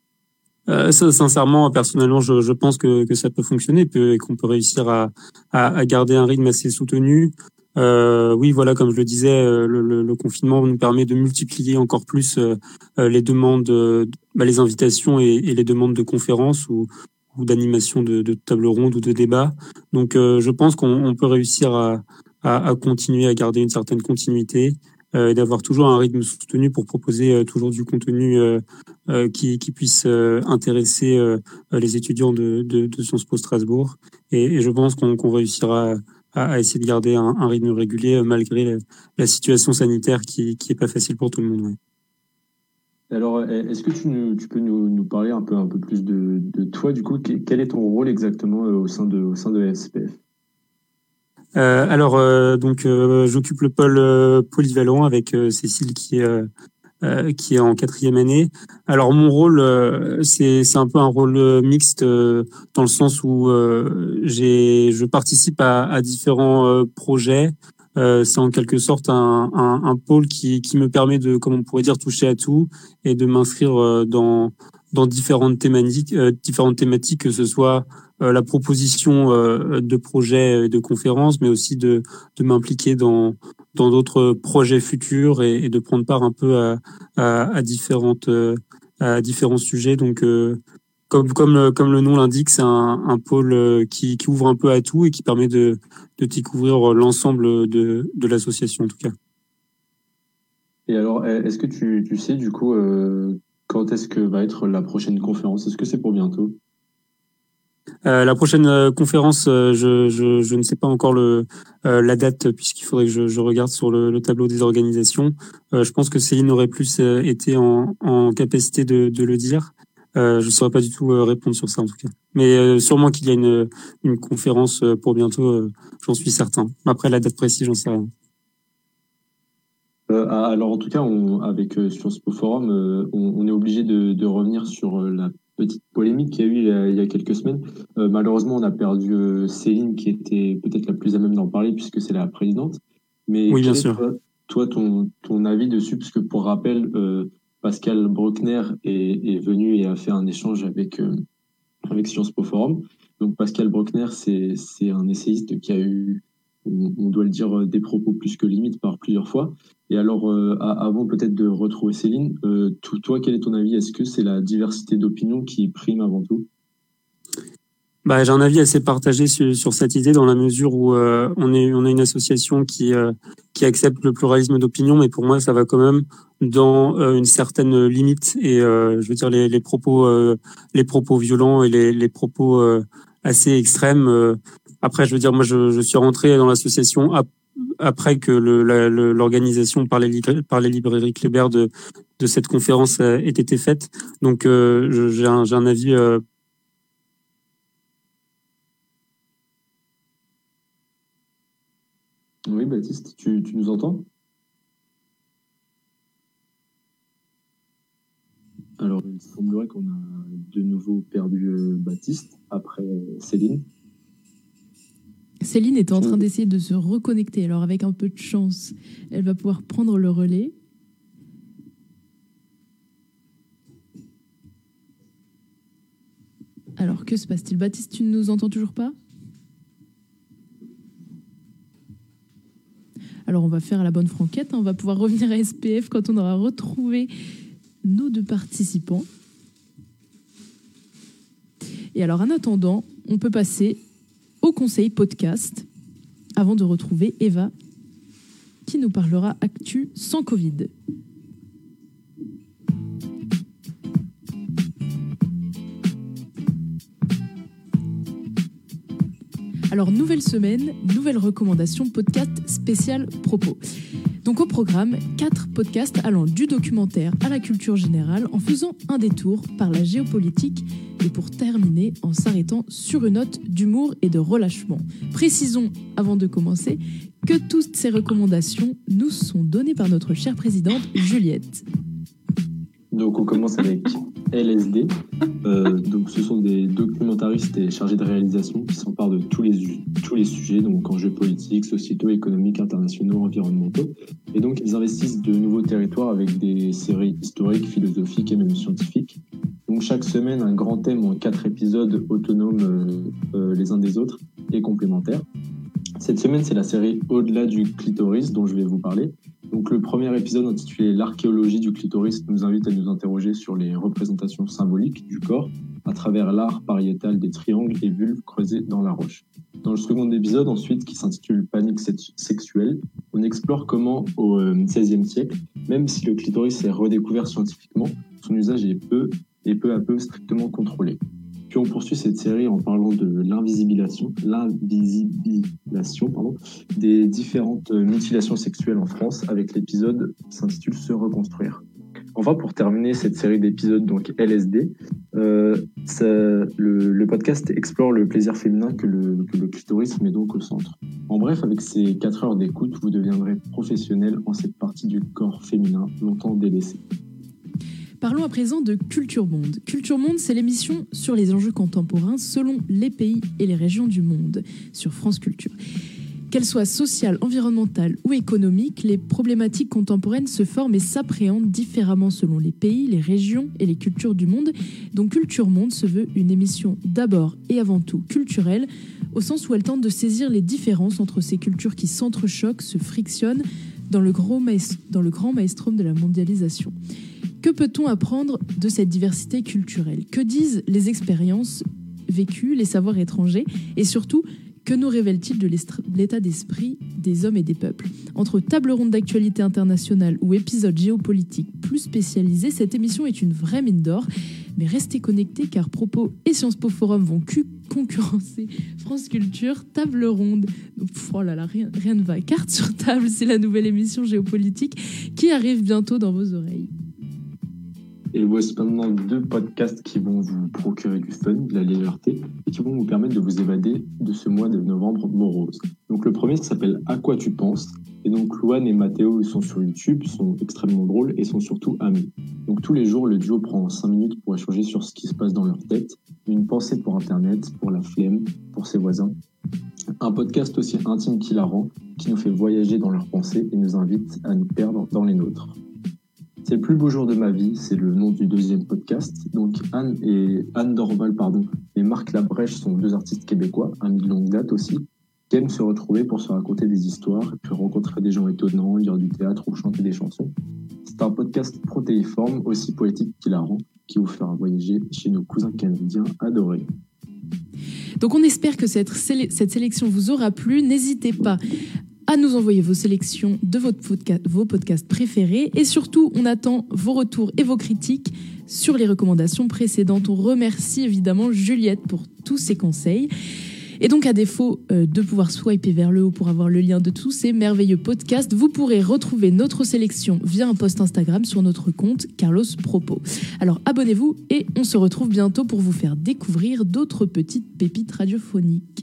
Euh, ça, sincèrement, personnellement, je, je pense que, que ça peut fonctionner et qu'on peut réussir à, à, à garder un rythme assez soutenu. Euh, oui, voilà, comme je le disais, le, le, le confinement nous permet de multiplier encore plus euh, les demandes, euh, bah, les invitations et, et les demandes de conférences ou, ou d'animation de, de table ronde ou de débat. Donc, euh, je pense qu'on on peut réussir à, à, à continuer à garder une certaine continuité. Euh, et d'avoir toujours un rythme soutenu pour proposer euh, toujours du contenu euh, euh, qui, qui puisse euh, intéresser euh, les étudiants de, de, de Sciences Po Strasbourg. Et, et je pense qu'on, qu'on réussira à, à essayer de garder un, un rythme régulier euh, malgré la, la situation sanitaire qui, qui est pas facile pour tout le monde. Ouais. Alors, est-ce que tu, nous, tu peux nous, nous parler un peu, un peu plus de, de toi, du coup, quel est ton rôle exactement au sein de, au sein de S P F? Euh, alors, euh, donc, euh, j'occupe le pôle euh, polyvalent avec euh, Cécile qui est euh, euh, qui est en quatrième année. Alors, mon rôle, euh, c'est c'est un peu un rôle mixte euh, dans le sens où euh, j'ai je participe à, à différents euh, projets. Euh, c'est en quelque sorte un, un, un pôle qui qui me permet de, comme on pourrait dire, toucher à tout et de m'inscrire euh, dans dans différentes thématiques, euh, différentes thématiques, que ce soit euh, la proposition euh, de projets et de conférences, mais aussi de, de m'impliquer dans dans d'autres projets futurs et, et de prendre part un peu à, à, à différentes euh, à différents sujets. Donc, euh, comme comme comme le nom l'indique, c'est un, un pôle qui, qui ouvre un peu à tout et qui permet de de découvrir l'ensemble de de l'association en tout cas. Et alors, est-ce que tu tu sais du coup euh, quand est-ce que va être la prochaine conférence? Est-ce que c'est pour bientôt? Euh, la prochaine euh, conférence, euh, je, je, je ne sais pas encore le, euh, la date puisqu'il faudrait que je, je regarde sur le, le tableau des organisations. Euh, je pense que Céline aurait plus euh, été en, en capacité de, de le dire. Euh, je ne saurais pas du tout euh, répondre sur ça en tout cas. Mais euh, sûrement qu'il y a une, une conférence pour bientôt, euh, j'en suis certain. Après la date précise, j'en sais rien. Euh, alors en tout cas, on, avec euh, Sciences Po Forum, euh, on, on est obligé de, de revenir sur euh, la petite polémique qu'il y a eu il y a, il y a quelques semaines. Euh, malheureusement, on a perdu euh, Céline, qui était peut-être la plus à même d'en parler puisque c'est la présidente. Mais oui, quel bien est sûr. Toi, toi ton, ton avis dessus? Parce que pour rappel, euh, Pascal Bruckner est, est venu et a fait un échange avec euh, avec Sciences Po Forum. Donc Pascal Bruckner, c'est c'est un essayiste qui a eu, on, on doit le dire, des propos plus que limites par plusieurs fois. Et alors, euh, avant peut-être de retrouver Céline, euh, tout, toi, quel est ton avis? Est-ce que c'est la diversité d'opinion qui prime avant tout? Bah, j'ai un avis assez partagé sur, sur cette idée dans la mesure où euh, on est on est une association qui euh, qui accepte le pluralisme d'opinion, mais pour moi ça va quand même dans euh, une certaine limite et euh, je veux dire les, les propos euh, les propos violents et les, les propos euh, assez extrêmes. Euh, après, je veux dire, moi je, je suis rentré dans l'association à après que le, la, le, l'organisation par les, par les librairies Kléber de, de cette conférence ait été faite. Donc, euh, je, j'ai, un, j'ai un avis... Euh... Oui, Baptiste, tu, tu nous entends? Alors, il semblerait qu'on a de nouveau perdu euh, Baptiste après euh, Céline. Céline est en train d'essayer de se reconnecter. Alors, avec un peu de chance, elle va pouvoir prendre le relais. Alors, que se passe-t-il? Baptiste, tu ne nous entends toujours pas? Alors, on va faire à la bonne franquette. On va pouvoir revenir à S P F quand on aura retrouvé nos deux participants. Et alors, en attendant, on peut passer au conseil podcast avant de retrouver Eva qui nous parlera actu sans Covid. Alors, nouvelle semaine, nouvelle recommandation, podcast spécial propos. Donc au programme, quatre podcasts allant du documentaire à la culture générale en faisant un détour par la géopolitique et pour terminer en s'arrêtant sur une note d'humour et de relâchement. Précisons, avant de commencer, que toutes ces recommandations nous sont données par notre chère présidente Juliette. Donc on commence avec L S D. Euh, donc ce sont des documentaristes et chargés de réalisation qui s'emparent de tous les, tous les sujets, donc enjeux politiques, sociétaux, économiques, internationaux, environnementaux. Et donc ils investissent de nouveaux territoires avec des séries historiques, philosophiques et même scientifiques. Donc chaque semaine, un grand thème en quatre épisodes autonomes euh, euh, les uns des autres et complémentaires. Cette semaine, c'est la série Au-delà du clitoris dont je vais vous parler. Donc le premier épisode intitulé L'archéologie du clitoris nous invite à nous interroger sur les représentations symboliques du corps à travers l'art pariétal des triangles et vulves creusés dans la roche. Dans le second épisode, ensuite, qui s'intitule Panique sexuelle, on explore comment, au seizième siècle, même si le clitoris est redécouvert scientifiquement, son usage est peu et peu à peu strictement contrôlé. Puis on poursuit cette série en parlant de l'invisibilisation, l'invisibilisation pardon, des différentes mutilations sexuelles en France avec l'épisode qui s'intitule Se reconstruire. Enfin, pour terminer cette série d'épisodes, donc L S D, euh, ça, le, le podcast explore le plaisir féminin que le, que le clitoris met donc au centre. En bref, avec ces quatre heures d'écoute, vous deviendrez professionnel en cette partie du corps féminin longtemps délaissée. Parlons à présent de Culture Monde. Culture Monde, c'est l'émission sur les enjeux contemporains selon les pays et les régions du monde sur France Culture. Qu'elles soient sociales, environnementales ou économiques, les problématiques contemporaines se forment et s'appréhendent différemment selon les pays, les régions et les cultures du monde. Donc Culture Monde se veut une émission d'abord et avant tout culturelle, au sens où elle tente de saisir les différences entre ces cultures qui s'entrechoquent, se frictionnent dans le, gros maest- dans le grand maelstrom de la mondialisation. Que peut-on apprendre de cette diversité culturelle? Que disent les expériences vécues, les savoirs étrangers? Et surtout, que nous révèle-t-il de l'état d'esprit des hommes et des peuples? Entre table ronde d'actualité internationale ou épisode géopolitique plus spécialisé, cette émission est une vraie mine d'or. Mais restez connectés car Propos et Sciences Po Forum vont concurrencer France Culture, Table Ronde. Pff, oh là là, rien, rien ne va. Carte sur table, c'est la nouvelle émission géopolitique qui arrive bientôt dans vos oreilles. Et voici maintenant deux podcasts qui vont vous procurer du fun, de la légèreté et qui vont vous permettre de vous évader de ce mois de novembre morose. Donc le premier s'appelle À quoi tu penses? Et donc Louane et Mathéo sont sur YouTube, sont extrêmement drôles et sont surtout amis. Donc tous les jours, le duo prend cinq minutes pour échanger sur ce qui se passe dans leur tête, une pensée pour Internet, pour la flemme, pour ses voisins. Un podcast aussi intime qu'hilarant, qui nous fait voyager dans leurs pensées et nous invite à nous perdre dans les nôtres. C'est le plus beau jour de ma vie, c'est le nom du deuxième podcast. Donc Anne et Anne Dorval pardon, et Marc Labrèche sont deux artistes québécois, amis de longue date aussi, qui aiment se retrouver pour se raconter des histoires, puis rencontrer des gens étonnants, lire du théâtre ou chanter des chansons. C'est un podcast protéiforme, aussi poétique qu'hilarant, qui vous fera voyager chez nos cousins canadiens adorés. Donc on espère que cette, sé- cette sélection vous aura plu. N'hésitez pas à nous envoyer vos sélections de votre podca- vos podcasts préférés. Et surtout, on attend vos retours et vos critiques sur les recommandations précédentes. On remercie évidemment Juliette pour tous ses conseils. Et donc, à défaut euh, de pouvoir swiper vers le haut pour avoir le lien de tous ces merveilleux podcasts, vous pourrez retrouver notre sélection via un post Instagram sur notre compte Carlos Propos. Alors, abonnez-vous et on se retrouve bientôt pour vous faire découvrir d'autres petites pépites radiophoniques.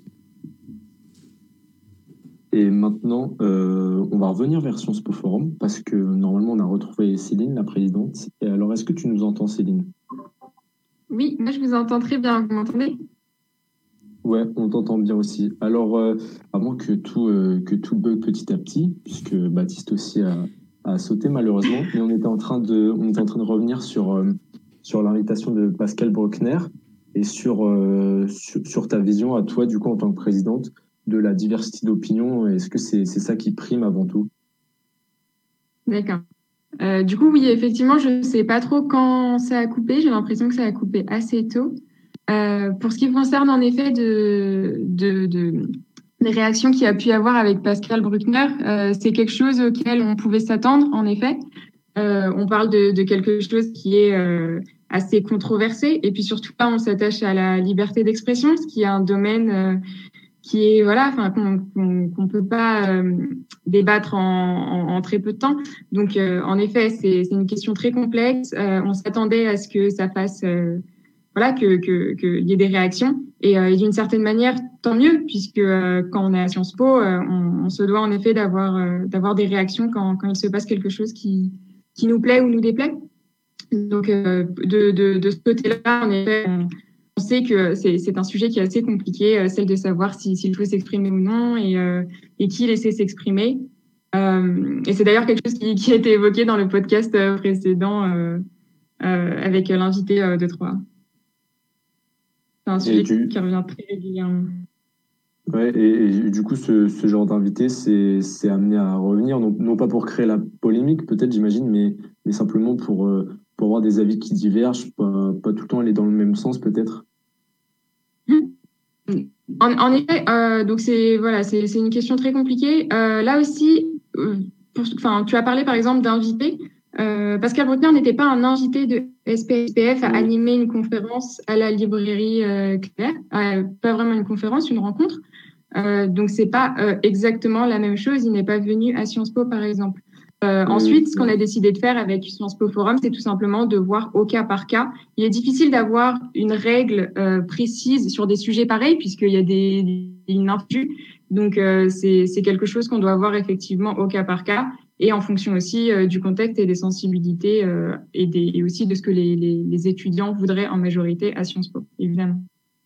Et maintenant, euh, on va revenir vers Sciences Po Forum parce que normalement, on a retrouvé Céline, la présidente. Et alors, est-ce que tu nous entends, Céline? Oui, moi je vous entends très bien. Vous m'entendez? Ouais, on t'entend bien aussi. Alors, euh, avant que tout, euh, que tout bug petit à petit, puisque Baptiste aussi a, a sauté malheureusement, mais on était en train de, on était en train de revenir sur, euh, sur l'invitation de Pascal Bruckner. et sur, euh, sur, sur ta vision à toi, du coup, en tant que présidente, de la diversité d'opinion. Est-ce que c'est c'est ça qui prime avant tout? D'accord. Euh, du coup, oui, effectivement, je ne sais pas trop quand ça a coupé. J'ai l'impression que ça a coupé assez tôt. Euh, pour ce qui concerne en effet de, de, de, des réactions qu'il y a pu y avoir avec Pascal Bruckner, euh, c'est quelque chose auquel on pouvait s'attendre, en effet. Euh, on parle de, de quelque chose qui est euh, assez controversé. Et puis surtout, là, on s'attache à la liberté d'expression, ce qui est un domaine... Euh, qui est voilà, enfin qu'on qu'on qu'on peut pas euh, débattre en, en, en très peu de temps. Donc euh, en effet, c'est c'est une question très complexe. Euh, on s'attendait à ce que ça fasse euh, voilà que que qu'il y ait des réactions et, euh, et d'une certaine manière tant mieux puisque euh, quand on est à Sciences Po, euh, on, on se doit en effet d'avoir euh, d'avoir des réactions quand quand il se passe quelque chose qui qui nous plaît ou nous déplaît. Donc euh, de de de ce côté-là, en effet. On, On sait que c'est, c'est un sujet qui est assez compliqué, euh, celle de savoir si, s'il faut s'exprimer ou non et, euh, et qui laisser s'exprimer. Euh, et c'est d'ailleurs quelque chose qui, qui a été évoqué dans le podcast précédent euh, euh, avec l'invité euh, de Troyes. C'est un sujet tu... qui revient très régulièrement. Ouais, et, et du coup, ce, ce genre d'invité, c'est, c'est amené à revenir, non, non pas pour créer la polémique, peut-être, j'imagine, mais, mais simplement pour... Euh, pour avoir des avis qui divergent, pas, pas tout le temps aller dans le même sens peut-être. En, en effet, euh, donc c'est voilà, c'est, c'est une question très compliquée. Euh, là aussi, euh, pour, enfin, tu as parlé par exemple d'invités. Euh, Pascal Bruckner n'était pas un invité de S P F à animer une conférence à la librairie euh, Claire, euh, pas vraiment une conférence, une rencontre. Euh, donc c'est pas euh, exactement la même chose. Il n'est pas venu à Sciences Po par exemple. Euh, ensuite, ce qu'on a décidé de faire avec Sciences Po Forum, c'est tout simplement de voir au cas par cas. Il est difficile d'avoir une règle euh, précise sur des sujets pareils puisqu'il y a des, une infu. Donc, euh, c'est, c'est quelque chose qu'on doit voir effectivement au cas par cas et en fonction aussi euh, du contexte et des sensibilités euh, et, des, et aussi de ce que les, les, les étudiants voudraient en majorité à Sciences Po, évidemment.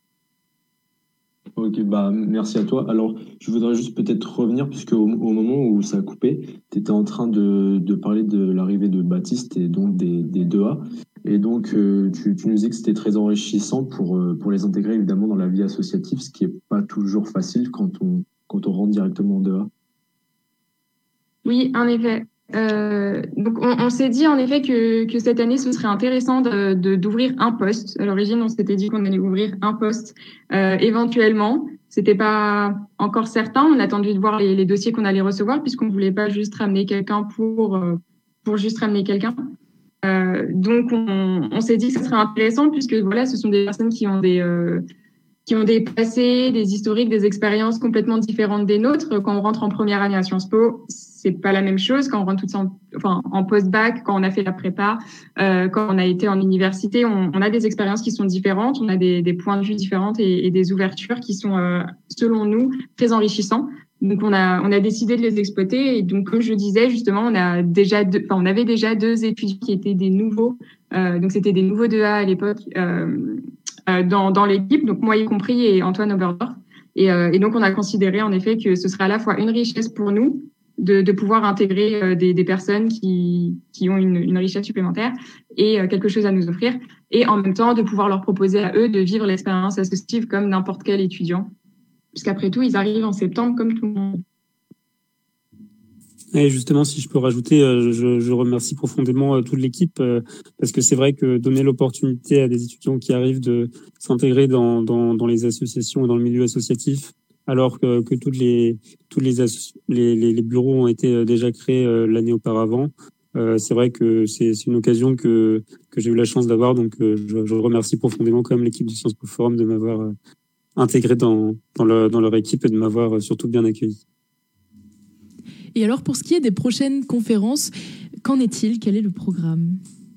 Ok, bah merci à toi. Alors, je voudrais juste peut-être revenir, puisque au, au moment où ça a coupé, tu étais en train de, de parler de l'arrivée de Baptiste et donc des, des deux A. Et donc, euh, tu, tu nous disais que c'était très enrichissant pour, euh, pour les intégrer évidemment dans la vie associative, ce qui n'est pas toujours facile quand on, quand on rentre directement en deux A. Oui, en effet. Euh, donc on, on s'est dit en effet que, que cette année ce serait intéressant de, de, d'ouvrir un poste. À l'origine, on s'était dit qu'on allait ouvrir un poste euh, éventuellement. C'était pas encore certain. On a attendu de voir les, les dossiers qu'on allait recevoir puisqu'on voulait pas juste ramener quelqu'un pour euh, pour juste ramener quelqu'un. Euh, donc on, on s'est dit que ce serait intéressant puisque voilà, ce sont des personnes qui ont des euh, qui ont des passés, des historiques, des expériences complètement différentes des nôtres. Quand on rentre en première année à Sciences Po, c'est pas la même chose. Quand on rentre tout ça en, enfin, en post-bac, quand on a fait la prépa, euh, quand on a été en université, on, on a des expériences qui sont différentes, on a des, des points de vue différents et, et des ouvertures qui sont, euh, selon nous, très enrichissants. Donc on a on a décidé de les exploiter. Et donc comme je disais justement, on a déjà deux, enfin on avait déjà deux étudiants qui étaient des nouveaux. Euh, donc c'était des nouveaux deux A à l'époque. Euh, Dans, dans l'équipe, donc moi y compris et Antoine Oberdorf. Et, euh, et donc on a considéré en effet que ce serait à la fois une richesse pour nous de, de pouvoir intégrer euh, des, des personnes qui, qui ont une, une richesse supplémentaire et euh, quelque chose à nous offrir, et en même temps de pouvoir leur proposer à eux de vivre l'expérience associative comme n'importe quel étudiant, puisqu'après tout ils arrivent en septembre comme tout le monde. Et justement, si je peux rajouter, je, je remercie profondément toute l'équipe parce que c'est vrai que donner l'opportunité à des étudiants qui arrivent de s'intégrer dans, dans, dans les associations et dans le milieu associatif, alors que, que toutes les, tous les, les, les bureaux ont été déjà créés l'année auparavant, c'est vrai que c'est, c'est une occasion que, que j'ai eu la chance d'avoir. Donc, je, je remercie profondément quand même l'équipe du Sciences Po Forum de m'avoir intégré dans, dans, le, dans leur équipe et de m'avoir surtout bien accueilli. Et alors, pour ce qui est des prochaines conférences, qu'en est-il ? Quel est le programme ?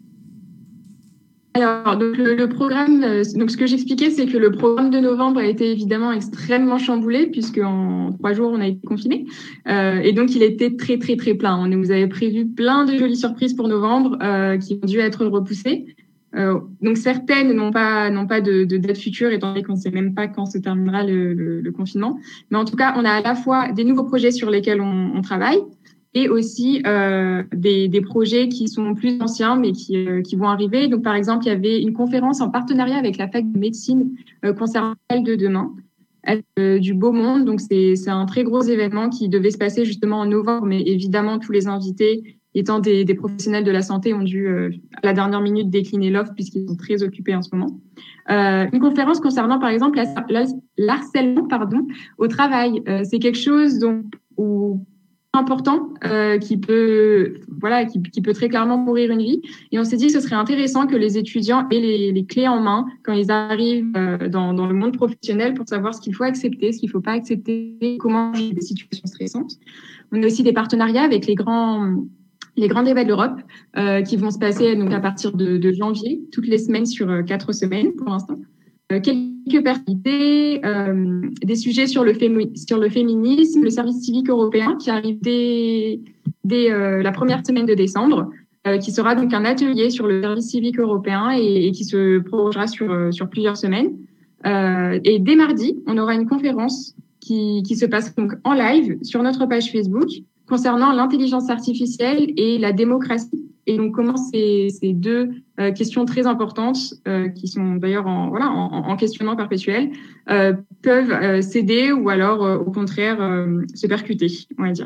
Alors, donc le, le programme, donc ce que j'expliquais, c'est que le programme de novembre a été évidemment extrêmement chamboulé puisque en trois jours on a été confinés, euh, et donc il était très très très plein. On nous avait prévu plein de jolies surprises pour novembre euh, qui ont dû être repoussées. Euh, donc certaines n'ont pas n'ont pas de, de date future étant donné qu'on ne sait même pas quand se terminera le, le, le confinement. Mais en tout cas, on a à la fois des nouveaux projets sur lesquels on, on travaille et aussi euh, des, des projets qui sont plus anciens mais qui, euh, qui vont arriver. Donc, par exemple, il y avait une conférence en partenariat avec la fac de médecine euh, concernant celle de demain, euh, du Beau Monde. Donc, c'est, c'est un très gros événement qui devait se passer justement en novembre, mais évidemment, tous les invités étant des, des professionnels de la santé ont dû, euh, à la dernière minute, décliner l'offre puisqu'ils sont très occupés en ce moment. Euh, une conférence concernant, par exemple, la, la, l'harcèlement pardon, au travail. Euh, c'est quelque chose dont, où, important euh, qui peut voilà qui, qui peut très clairement mourir une vie, et on s'est dit que ce serait intéressant que les étudiants aient les, les clés en main quand ils arrivent euh, dans, dans le monde professionnel pour savoir ce qu'il faut accepter, ce qu'il faut pas accepter, comment gérer des situations stressantes. On a aussi des partenariats avec les grands les grands débats de l'Europe euh, qui vont se passer donc à partir de, de janvier, toutes les semaines sur euh, quatre semaines pour l'instant. Euh, quelques personnalités, euh, des sujets sur le, fémi- sur le féminisme, le service civique européen qui arrive dès, dès euh, la première semaine de décembre, euh, qui sera donc un atelier sur le service civique européen et, et qui se prolongera sur, euh, sur plusieurs semaines. Euh, et dès mardi, on aura une conférence qui, qui se passe donc en live sur notre page Facebook concernant l'intelligence artificielle et la démocratie. Et donc, comment ces, ces deux euh, questions très importantes, euh, qui sont d'ailleurs en, voilà, en, en questionnement perpétuel, euh, peuvent euh, céder ou alors, euh, au contraire, euh, se percuter, on va dire.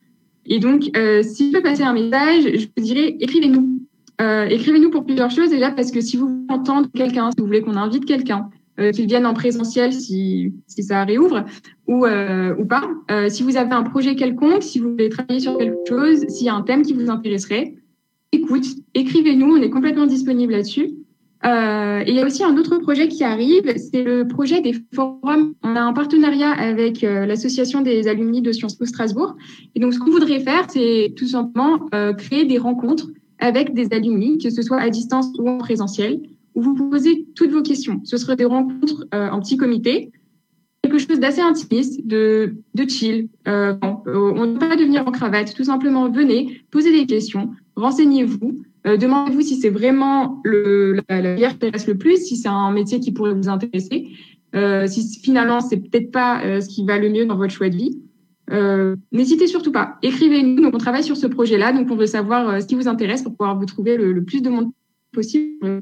Et donc, euh, si je peux passer un message, je vous dirais, écrivez-nous. Euh, écrivez-nous pour plusieurs choses. Déjà, parce que si vous voulez entendre quelqu'un, si vous voulez qu'on invite quelqu'un, euh, qu'il vienne en présentiel si, si ça réouvre, ou, euh, ou pas. Euh, si vous avez un projet quelconque, si vous voulez travailler sur quelque chose, s'il y a un thème qui vous intéresserait, écoute, écrivez-nous, on est complètement disponible là-dessus. Euh, et il y a aussi un autre projet qui arrive, c'est le projet des forums. On a un partenariat avec euh, l'association des alumni de Sciences Po Strasbourg. Et donc, ce qu'on voudrait faire, c'est tout simplement euh, créer des rencontres avec des alumni, que ce soit à distance ou en présentiel, où vous posez toutes vos questions. Ce seraient des rencontres euh, en petit comité, quelque chose d'assez intimiste, de, de chill. Euh, bon, on ne peut pas devenir en cravate, tout simplement venez, posez des questions, renseignez-vous, euh, demandez-vous si c'est vraiment le, la, la filière qui intéresse le plus, si c'est un métier qui pourrait vous intéresser, euh, si finalement c'est peut-être pas euh, ce qui va le mieux dans votre choix de vie. Euh, n'hésitez surtout pas, écrivez-nous. Donc on travaille sur ce projet-là, donc on veut savoir euh, ce qui vous intéresse pour pouvoir vous trouver le, le plus de monde possible.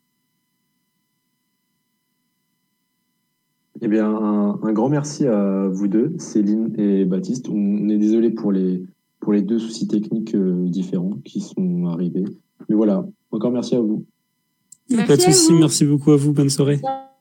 Eh bien, un, un grand merci à vous deux, Céline et Baptiste. On est désolé pour les, pour les deux soucis techniques euh, différents qui sont arrivés. Mais voilà, encore merci à vous. Merci Pas de souci, merci beaucoup à vous. Bonne soirée.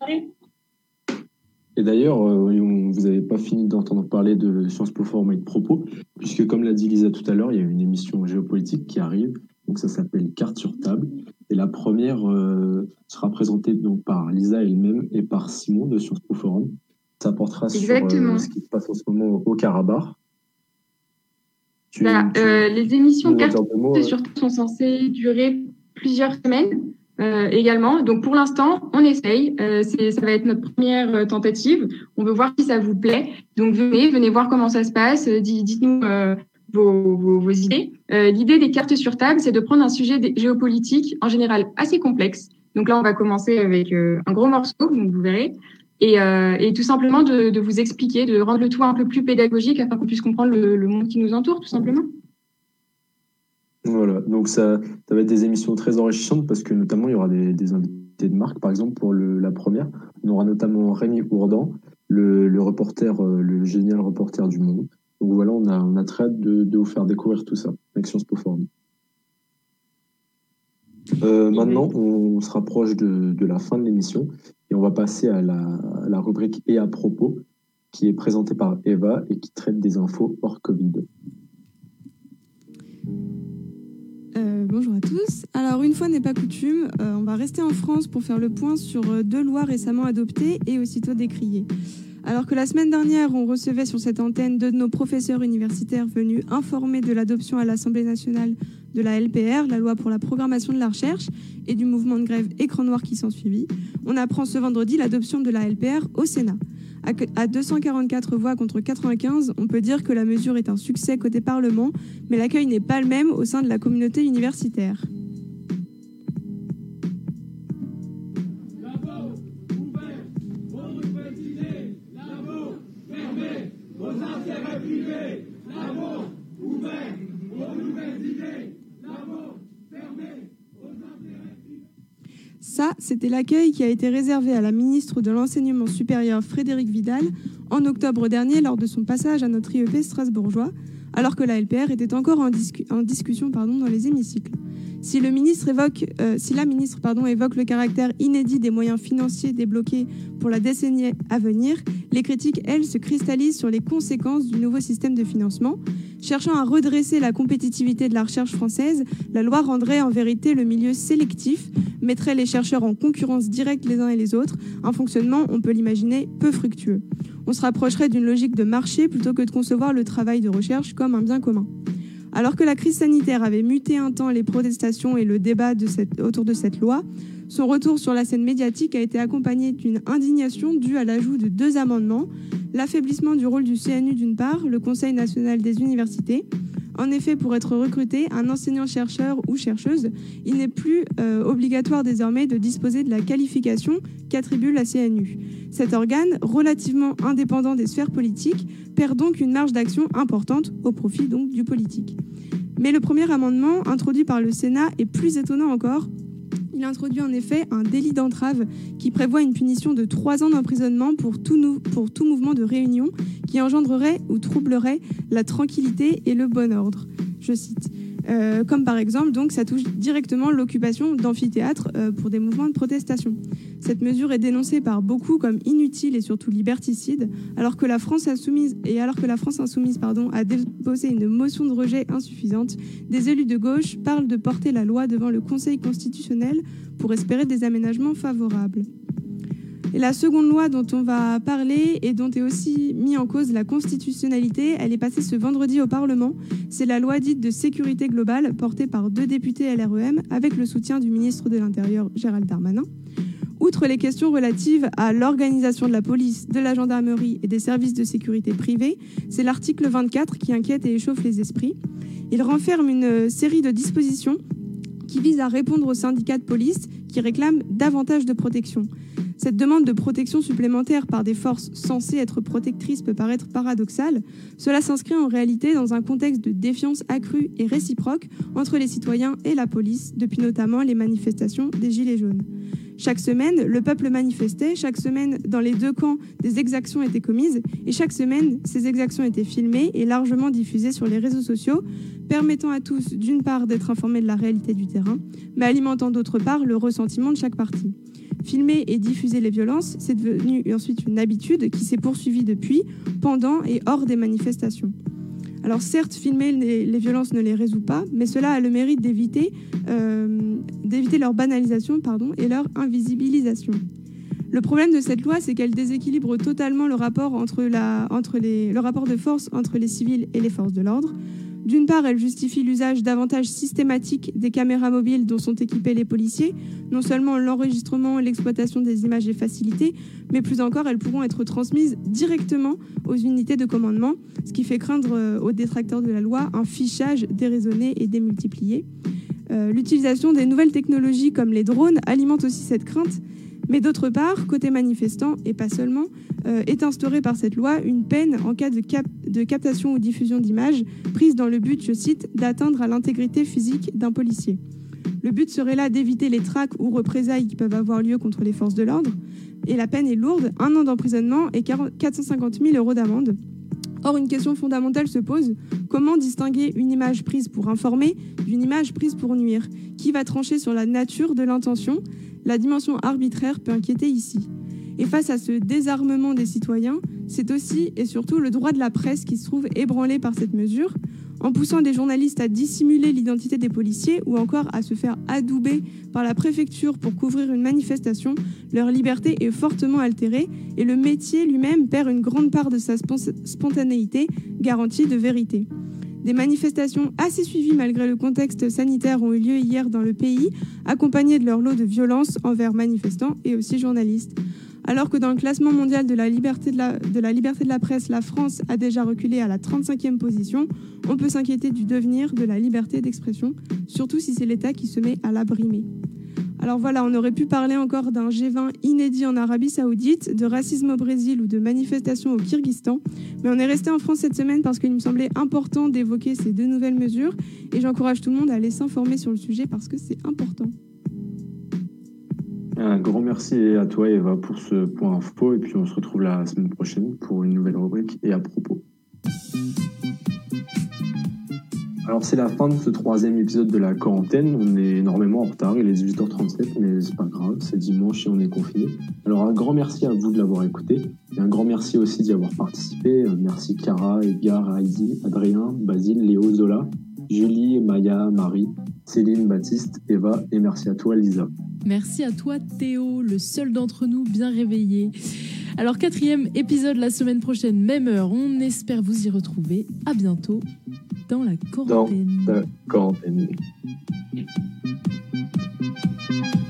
Et d'ailleurs, euh, vous n'avez pas fini d'entendre parler de Sciences Po Forum et de propos, puisque comme l'a dit Lisa tout à l'heure, il y a une émission géopolitique qui arrive. Donc ça s'appelle Cartes sur table. Et la première euh, sera présentée donc par Lisa elle-même et par Simon de Sciences Po Forum. Ça portera Exactement. sur euh, ce qui se passe en ce moment au Karabakh. Tu, bah, tu, euh, les émissions Cartes mots, sur table sont censées durer plusieurs semaines euh, également. Donc pour l'instant, on essaye. Euh, c'est, ça va être notre première tentative. On veut voir si ça vous plaît. Donc venez, venez voir comment ça se passe. Dites-nous euh, Vos, vos, vos idées. Euh, l'idée des cartes sur table, c'est de prendre un sujet géopolitique en général assez complexe. Donc là, on va commencer avec euh, un gros morceau, donc vous verrez, et, euh, et tout simplement de, de vous expliquer, de rendre le tout un peu plus pédagogique afin qu'on puisse comprendre le, le monde qui nous entoure, tout simplement. Voilà, donc ça, ça va être des émissions très enrichissantes parce que notamment, il y aura des, des invités de marque. Par exemple, pour le, la première, on aura notamment Rémi Ourdan, le, le reporter, le génial reporter du Monde. Donc voilà, on a, on a très hâte de, de vous faire découvrir tout ça avec Sciences Po Forum. Euh, maintenant, on se rapproche de, de la fin de l'émission et on va passer à la, à la rubrique « Et à propos » qui est présentée par Eva et qui traite des infos hors Covid. Euh, bonjour à tous. Alors, une fois n'est pas coutume, euh, on va rester en France pour faire le point sur euh, deux lois récemment adoptées et aussitôt décriées. Alors que la semaine dernière, on recevait sur cette antenne deux de nos professeurs universitaires venus informer de l'adoption à l'Assemblée nationale de la L P R, la loi pour la programmation de la recherche, et du mouvement de grève Écran Noir qui s'ensuivit, on apprend ce vendredi l'adoption de la L P R au Sénat. À deux cent quarante-quatre voix contre quatre-vingt-quinze, on peut dire que la mesure est un succès côté Parlement, mais l'accueil n'est pas le même au sein de la communauté universitaire. Ça, c'était l'accueil qui a été réservé à la ministre de l'Enseignement supérieur Frédérique Vidal en octobre dernier lors de son passage à notre I E P strasbourgeois, alors que la L P R était encore en, discu- en discussion pardon, dans les hémicycles. Si, le ministre évoque, euh, si la ministre pardon, évoque le caractère inédit des moyens financiers débloqués pour la décennie à venir, les critiques, elles, se cristallisent sur les conséquences du nouveau système de financement. Cherchant à redresser la compétitivité de la recherche française, la loi rendrait en vérité le milieu sélectif, mettrait les chercheurs en concurrence directe les uns et les autres, un fonctionnement, on peut l'imaginer, peu fructueux. On se rapprocherait d'une logique de marché plutôt que de concevoir le travail de recherche comme un bien commun. Alors que la crise sanitaire avait muté un temps les protestations et le débat de cette, autour de cette loi, son retour sur la scène médiatique a été accompagné d'une indignation due à l'ajout de deux amendements, l'affaiblissement du rôle du C N U d'une part, le Conseil national des universités. En effet, pour être recruté, un enseignant-chercheur ou chercheuse, il n'est plus euh, obligatoire désormais de disposer de la qualification qu'attribue la C N U. Cet organe, relativement indépendant des sphères politiques, perd donc une marge d'action importante au profit donc du politique. Mais le premier amendement, introduit par le Sénat, est plus étonnant encore. Il introduit en effet un délit d'entrave qui prévoit une punition de trois ans d'emprisonnement pour tout, nou- pour tout mouvement de réunion qui engendrerait ou troublerait la tranquillité et le bon ordre. Je cite. Euh, comme par exemple, donc, ça touche directement l'occupation d'amphithéâtres euh, pour des mouvements de protestation. Cette mesure est dénoncée par beaucoup comme inutile et surtout liberticide, alors que la France insoumise et alors que la France insoumise pardon, a déposé une motion de rejet insuffisante. Des élus de gauche parlent de porter la loi devant le Conseil constitutionnel pour espérer des aménagements favorables. Et la seconde loi dont on va parler et dont est aussi mis en cause la constitutionnalité, elle est passée ce vendredi au Parlement. C'est la loi dite de sécurité globale portée par deux députés L R E M avec le soutien du ministre de l'Intérieur Gérald Darmanin. Outre les questions relatives à l'organisation de la police, de la gendarmerie et des services de sécurité privés, c'est l'article vingt-quatre qui inquiète et échauffe les esprits. Il renferme une série de dispositions qui visent à répondre aux syndicats de police qui réclament davantage de protection. Cette demande de protection supplémentaire par des forces censées être protectrices peut paraître paradoxale. Cela s'inscrit en réalité dans un contexte de défiance accrue et réciproque entre les citoyens et la police, depuis notamment les manifestations des Gilets jaunes. Chaque semaine, le peuple manifestait, chaque semaine, dans les deux camps, des exactions étaient commises, et chaque semaine, ces exactions étaient filmées et largement diffusées sur les réseaux sociaux, permettant à tous, d'une part, d'être informés de la réalité du terrain, mais alimentant d'autre part le ressentiment de chaque partie. Filmer et diffuser les violences, c'est devenu ensuite une habitude qui s'est poursuivie depuis, pendant et hors des manifestations. Alors certes, filmer les, les violences ne les résout pas, mais cela a le mérite d'éviter, euh, d'éviter leur banalisation pardon, et leur invisibilisation. Le problème de cette loi, c'est qu'elle déséquilibre totalement le rapport, entre la, entre les, le rapport de force entre les civils et les forces de l'ordre. D'une part, elle justifie l'usage davantage systématique des caméras mobiles dont sont équipés les policiers. Non seulement l'enregistrement et l'exploitation des images est facilité, mais plus encore, elles pourront être transmises directement aux unités de commandement, ce qui fait craindre aux détracteurs de la loi un fichage déraisonné et démultiplié. Euh, l'utilisation des nouvelles technologies comme les drones alimente aussi cette crainte. Mais d'autre part, côté manifestant, et pas seulement, euh, est instaurée par cette loi une peine en cas de, cap- de captation ou diffusion d'images prise dans le but, je cite, d'atteindre à l'intégrité physique d'un policier. Le but serait là d'éviter les traques ou représailles qui peuvent avoir lieu contre les forces de l'ordre. Et la peine est lourde, un an d'emprisonnement et quatre cent cinquante mille euros d'amende. Or, une question fondamentale se pose. Comment distinguer une image prise pour informer d'une image prise pour nuire ? Qui va trancher sur la nature de l'intention ? La dimension arbitraire peut inquiéter ici. Et face à ce désarmement des citoyens, c'est aussi et surtout le droit de la presse qui se trouve ébranlé par cette mesure, en poussant des journalistes à dissimuler l'identité des policiers ou encore à se faire adouber par la préfecture pour couvrir une manifestation. Leur liberté est fortement altérée et le métier lui-même perd une grande part de sa spontanéité, garantie de vérité. Des manifestations assez suivies malgré le contexte sanitaire ont eu lieu hier dans le pays, accompagnées de leur lot de violence envers manifestants et aussi journalistes. Alors que dans le classement mondial de la liberté de la, de la liberté de la presse, la France a déjà reculé à la trente-cinquième position, on peut s'inquiéter du devenir de la liberté d'expression, surtout si c'est l'État qui se met à la brimer. Alors voilà, on aurait pu parler encore d'un G vingt inédit en Arabie Saoudite, de racisme au Brésil ou de manifestations au Kyrgyzstan. Mais on est resté en France cette semaine parce qu'il me semblait important d'évoquer ces deux nouvelles mesures. Et j'encourage tout le monde à aller s'informer sur le sujet parce que c'est important. Un grand merci à toi, Eva, pour ce point info. Et puis, on se retrouve la semaine prochaine pour une nouvelle rubrique et à propos. Alors, c'est la fin de ce troisième épisode de la quarantaine. On est énormément en retard. Il est dix-huit heures trente-sept, mais c'est pas grave. C'est dimanche et on est confiné. Alors, un grand merci à vous de l'avoir écouté. Et un grand merci aussi d'y avoir participé. Merci Cara, Edgar, Heidi, Adrien, Basile, Léo, Zola, Julie, Maya, Marie, Céline, Baptiste, Eva. Et merci à toi, Lisa. Merci à toi Théo, le seul d'entre nous bien réveillé. Alors quatrième épisode la semaine prochaine, même heure, on espère vous y retrouver. À bientôt dans la quarantaine. Dans la quarantaine.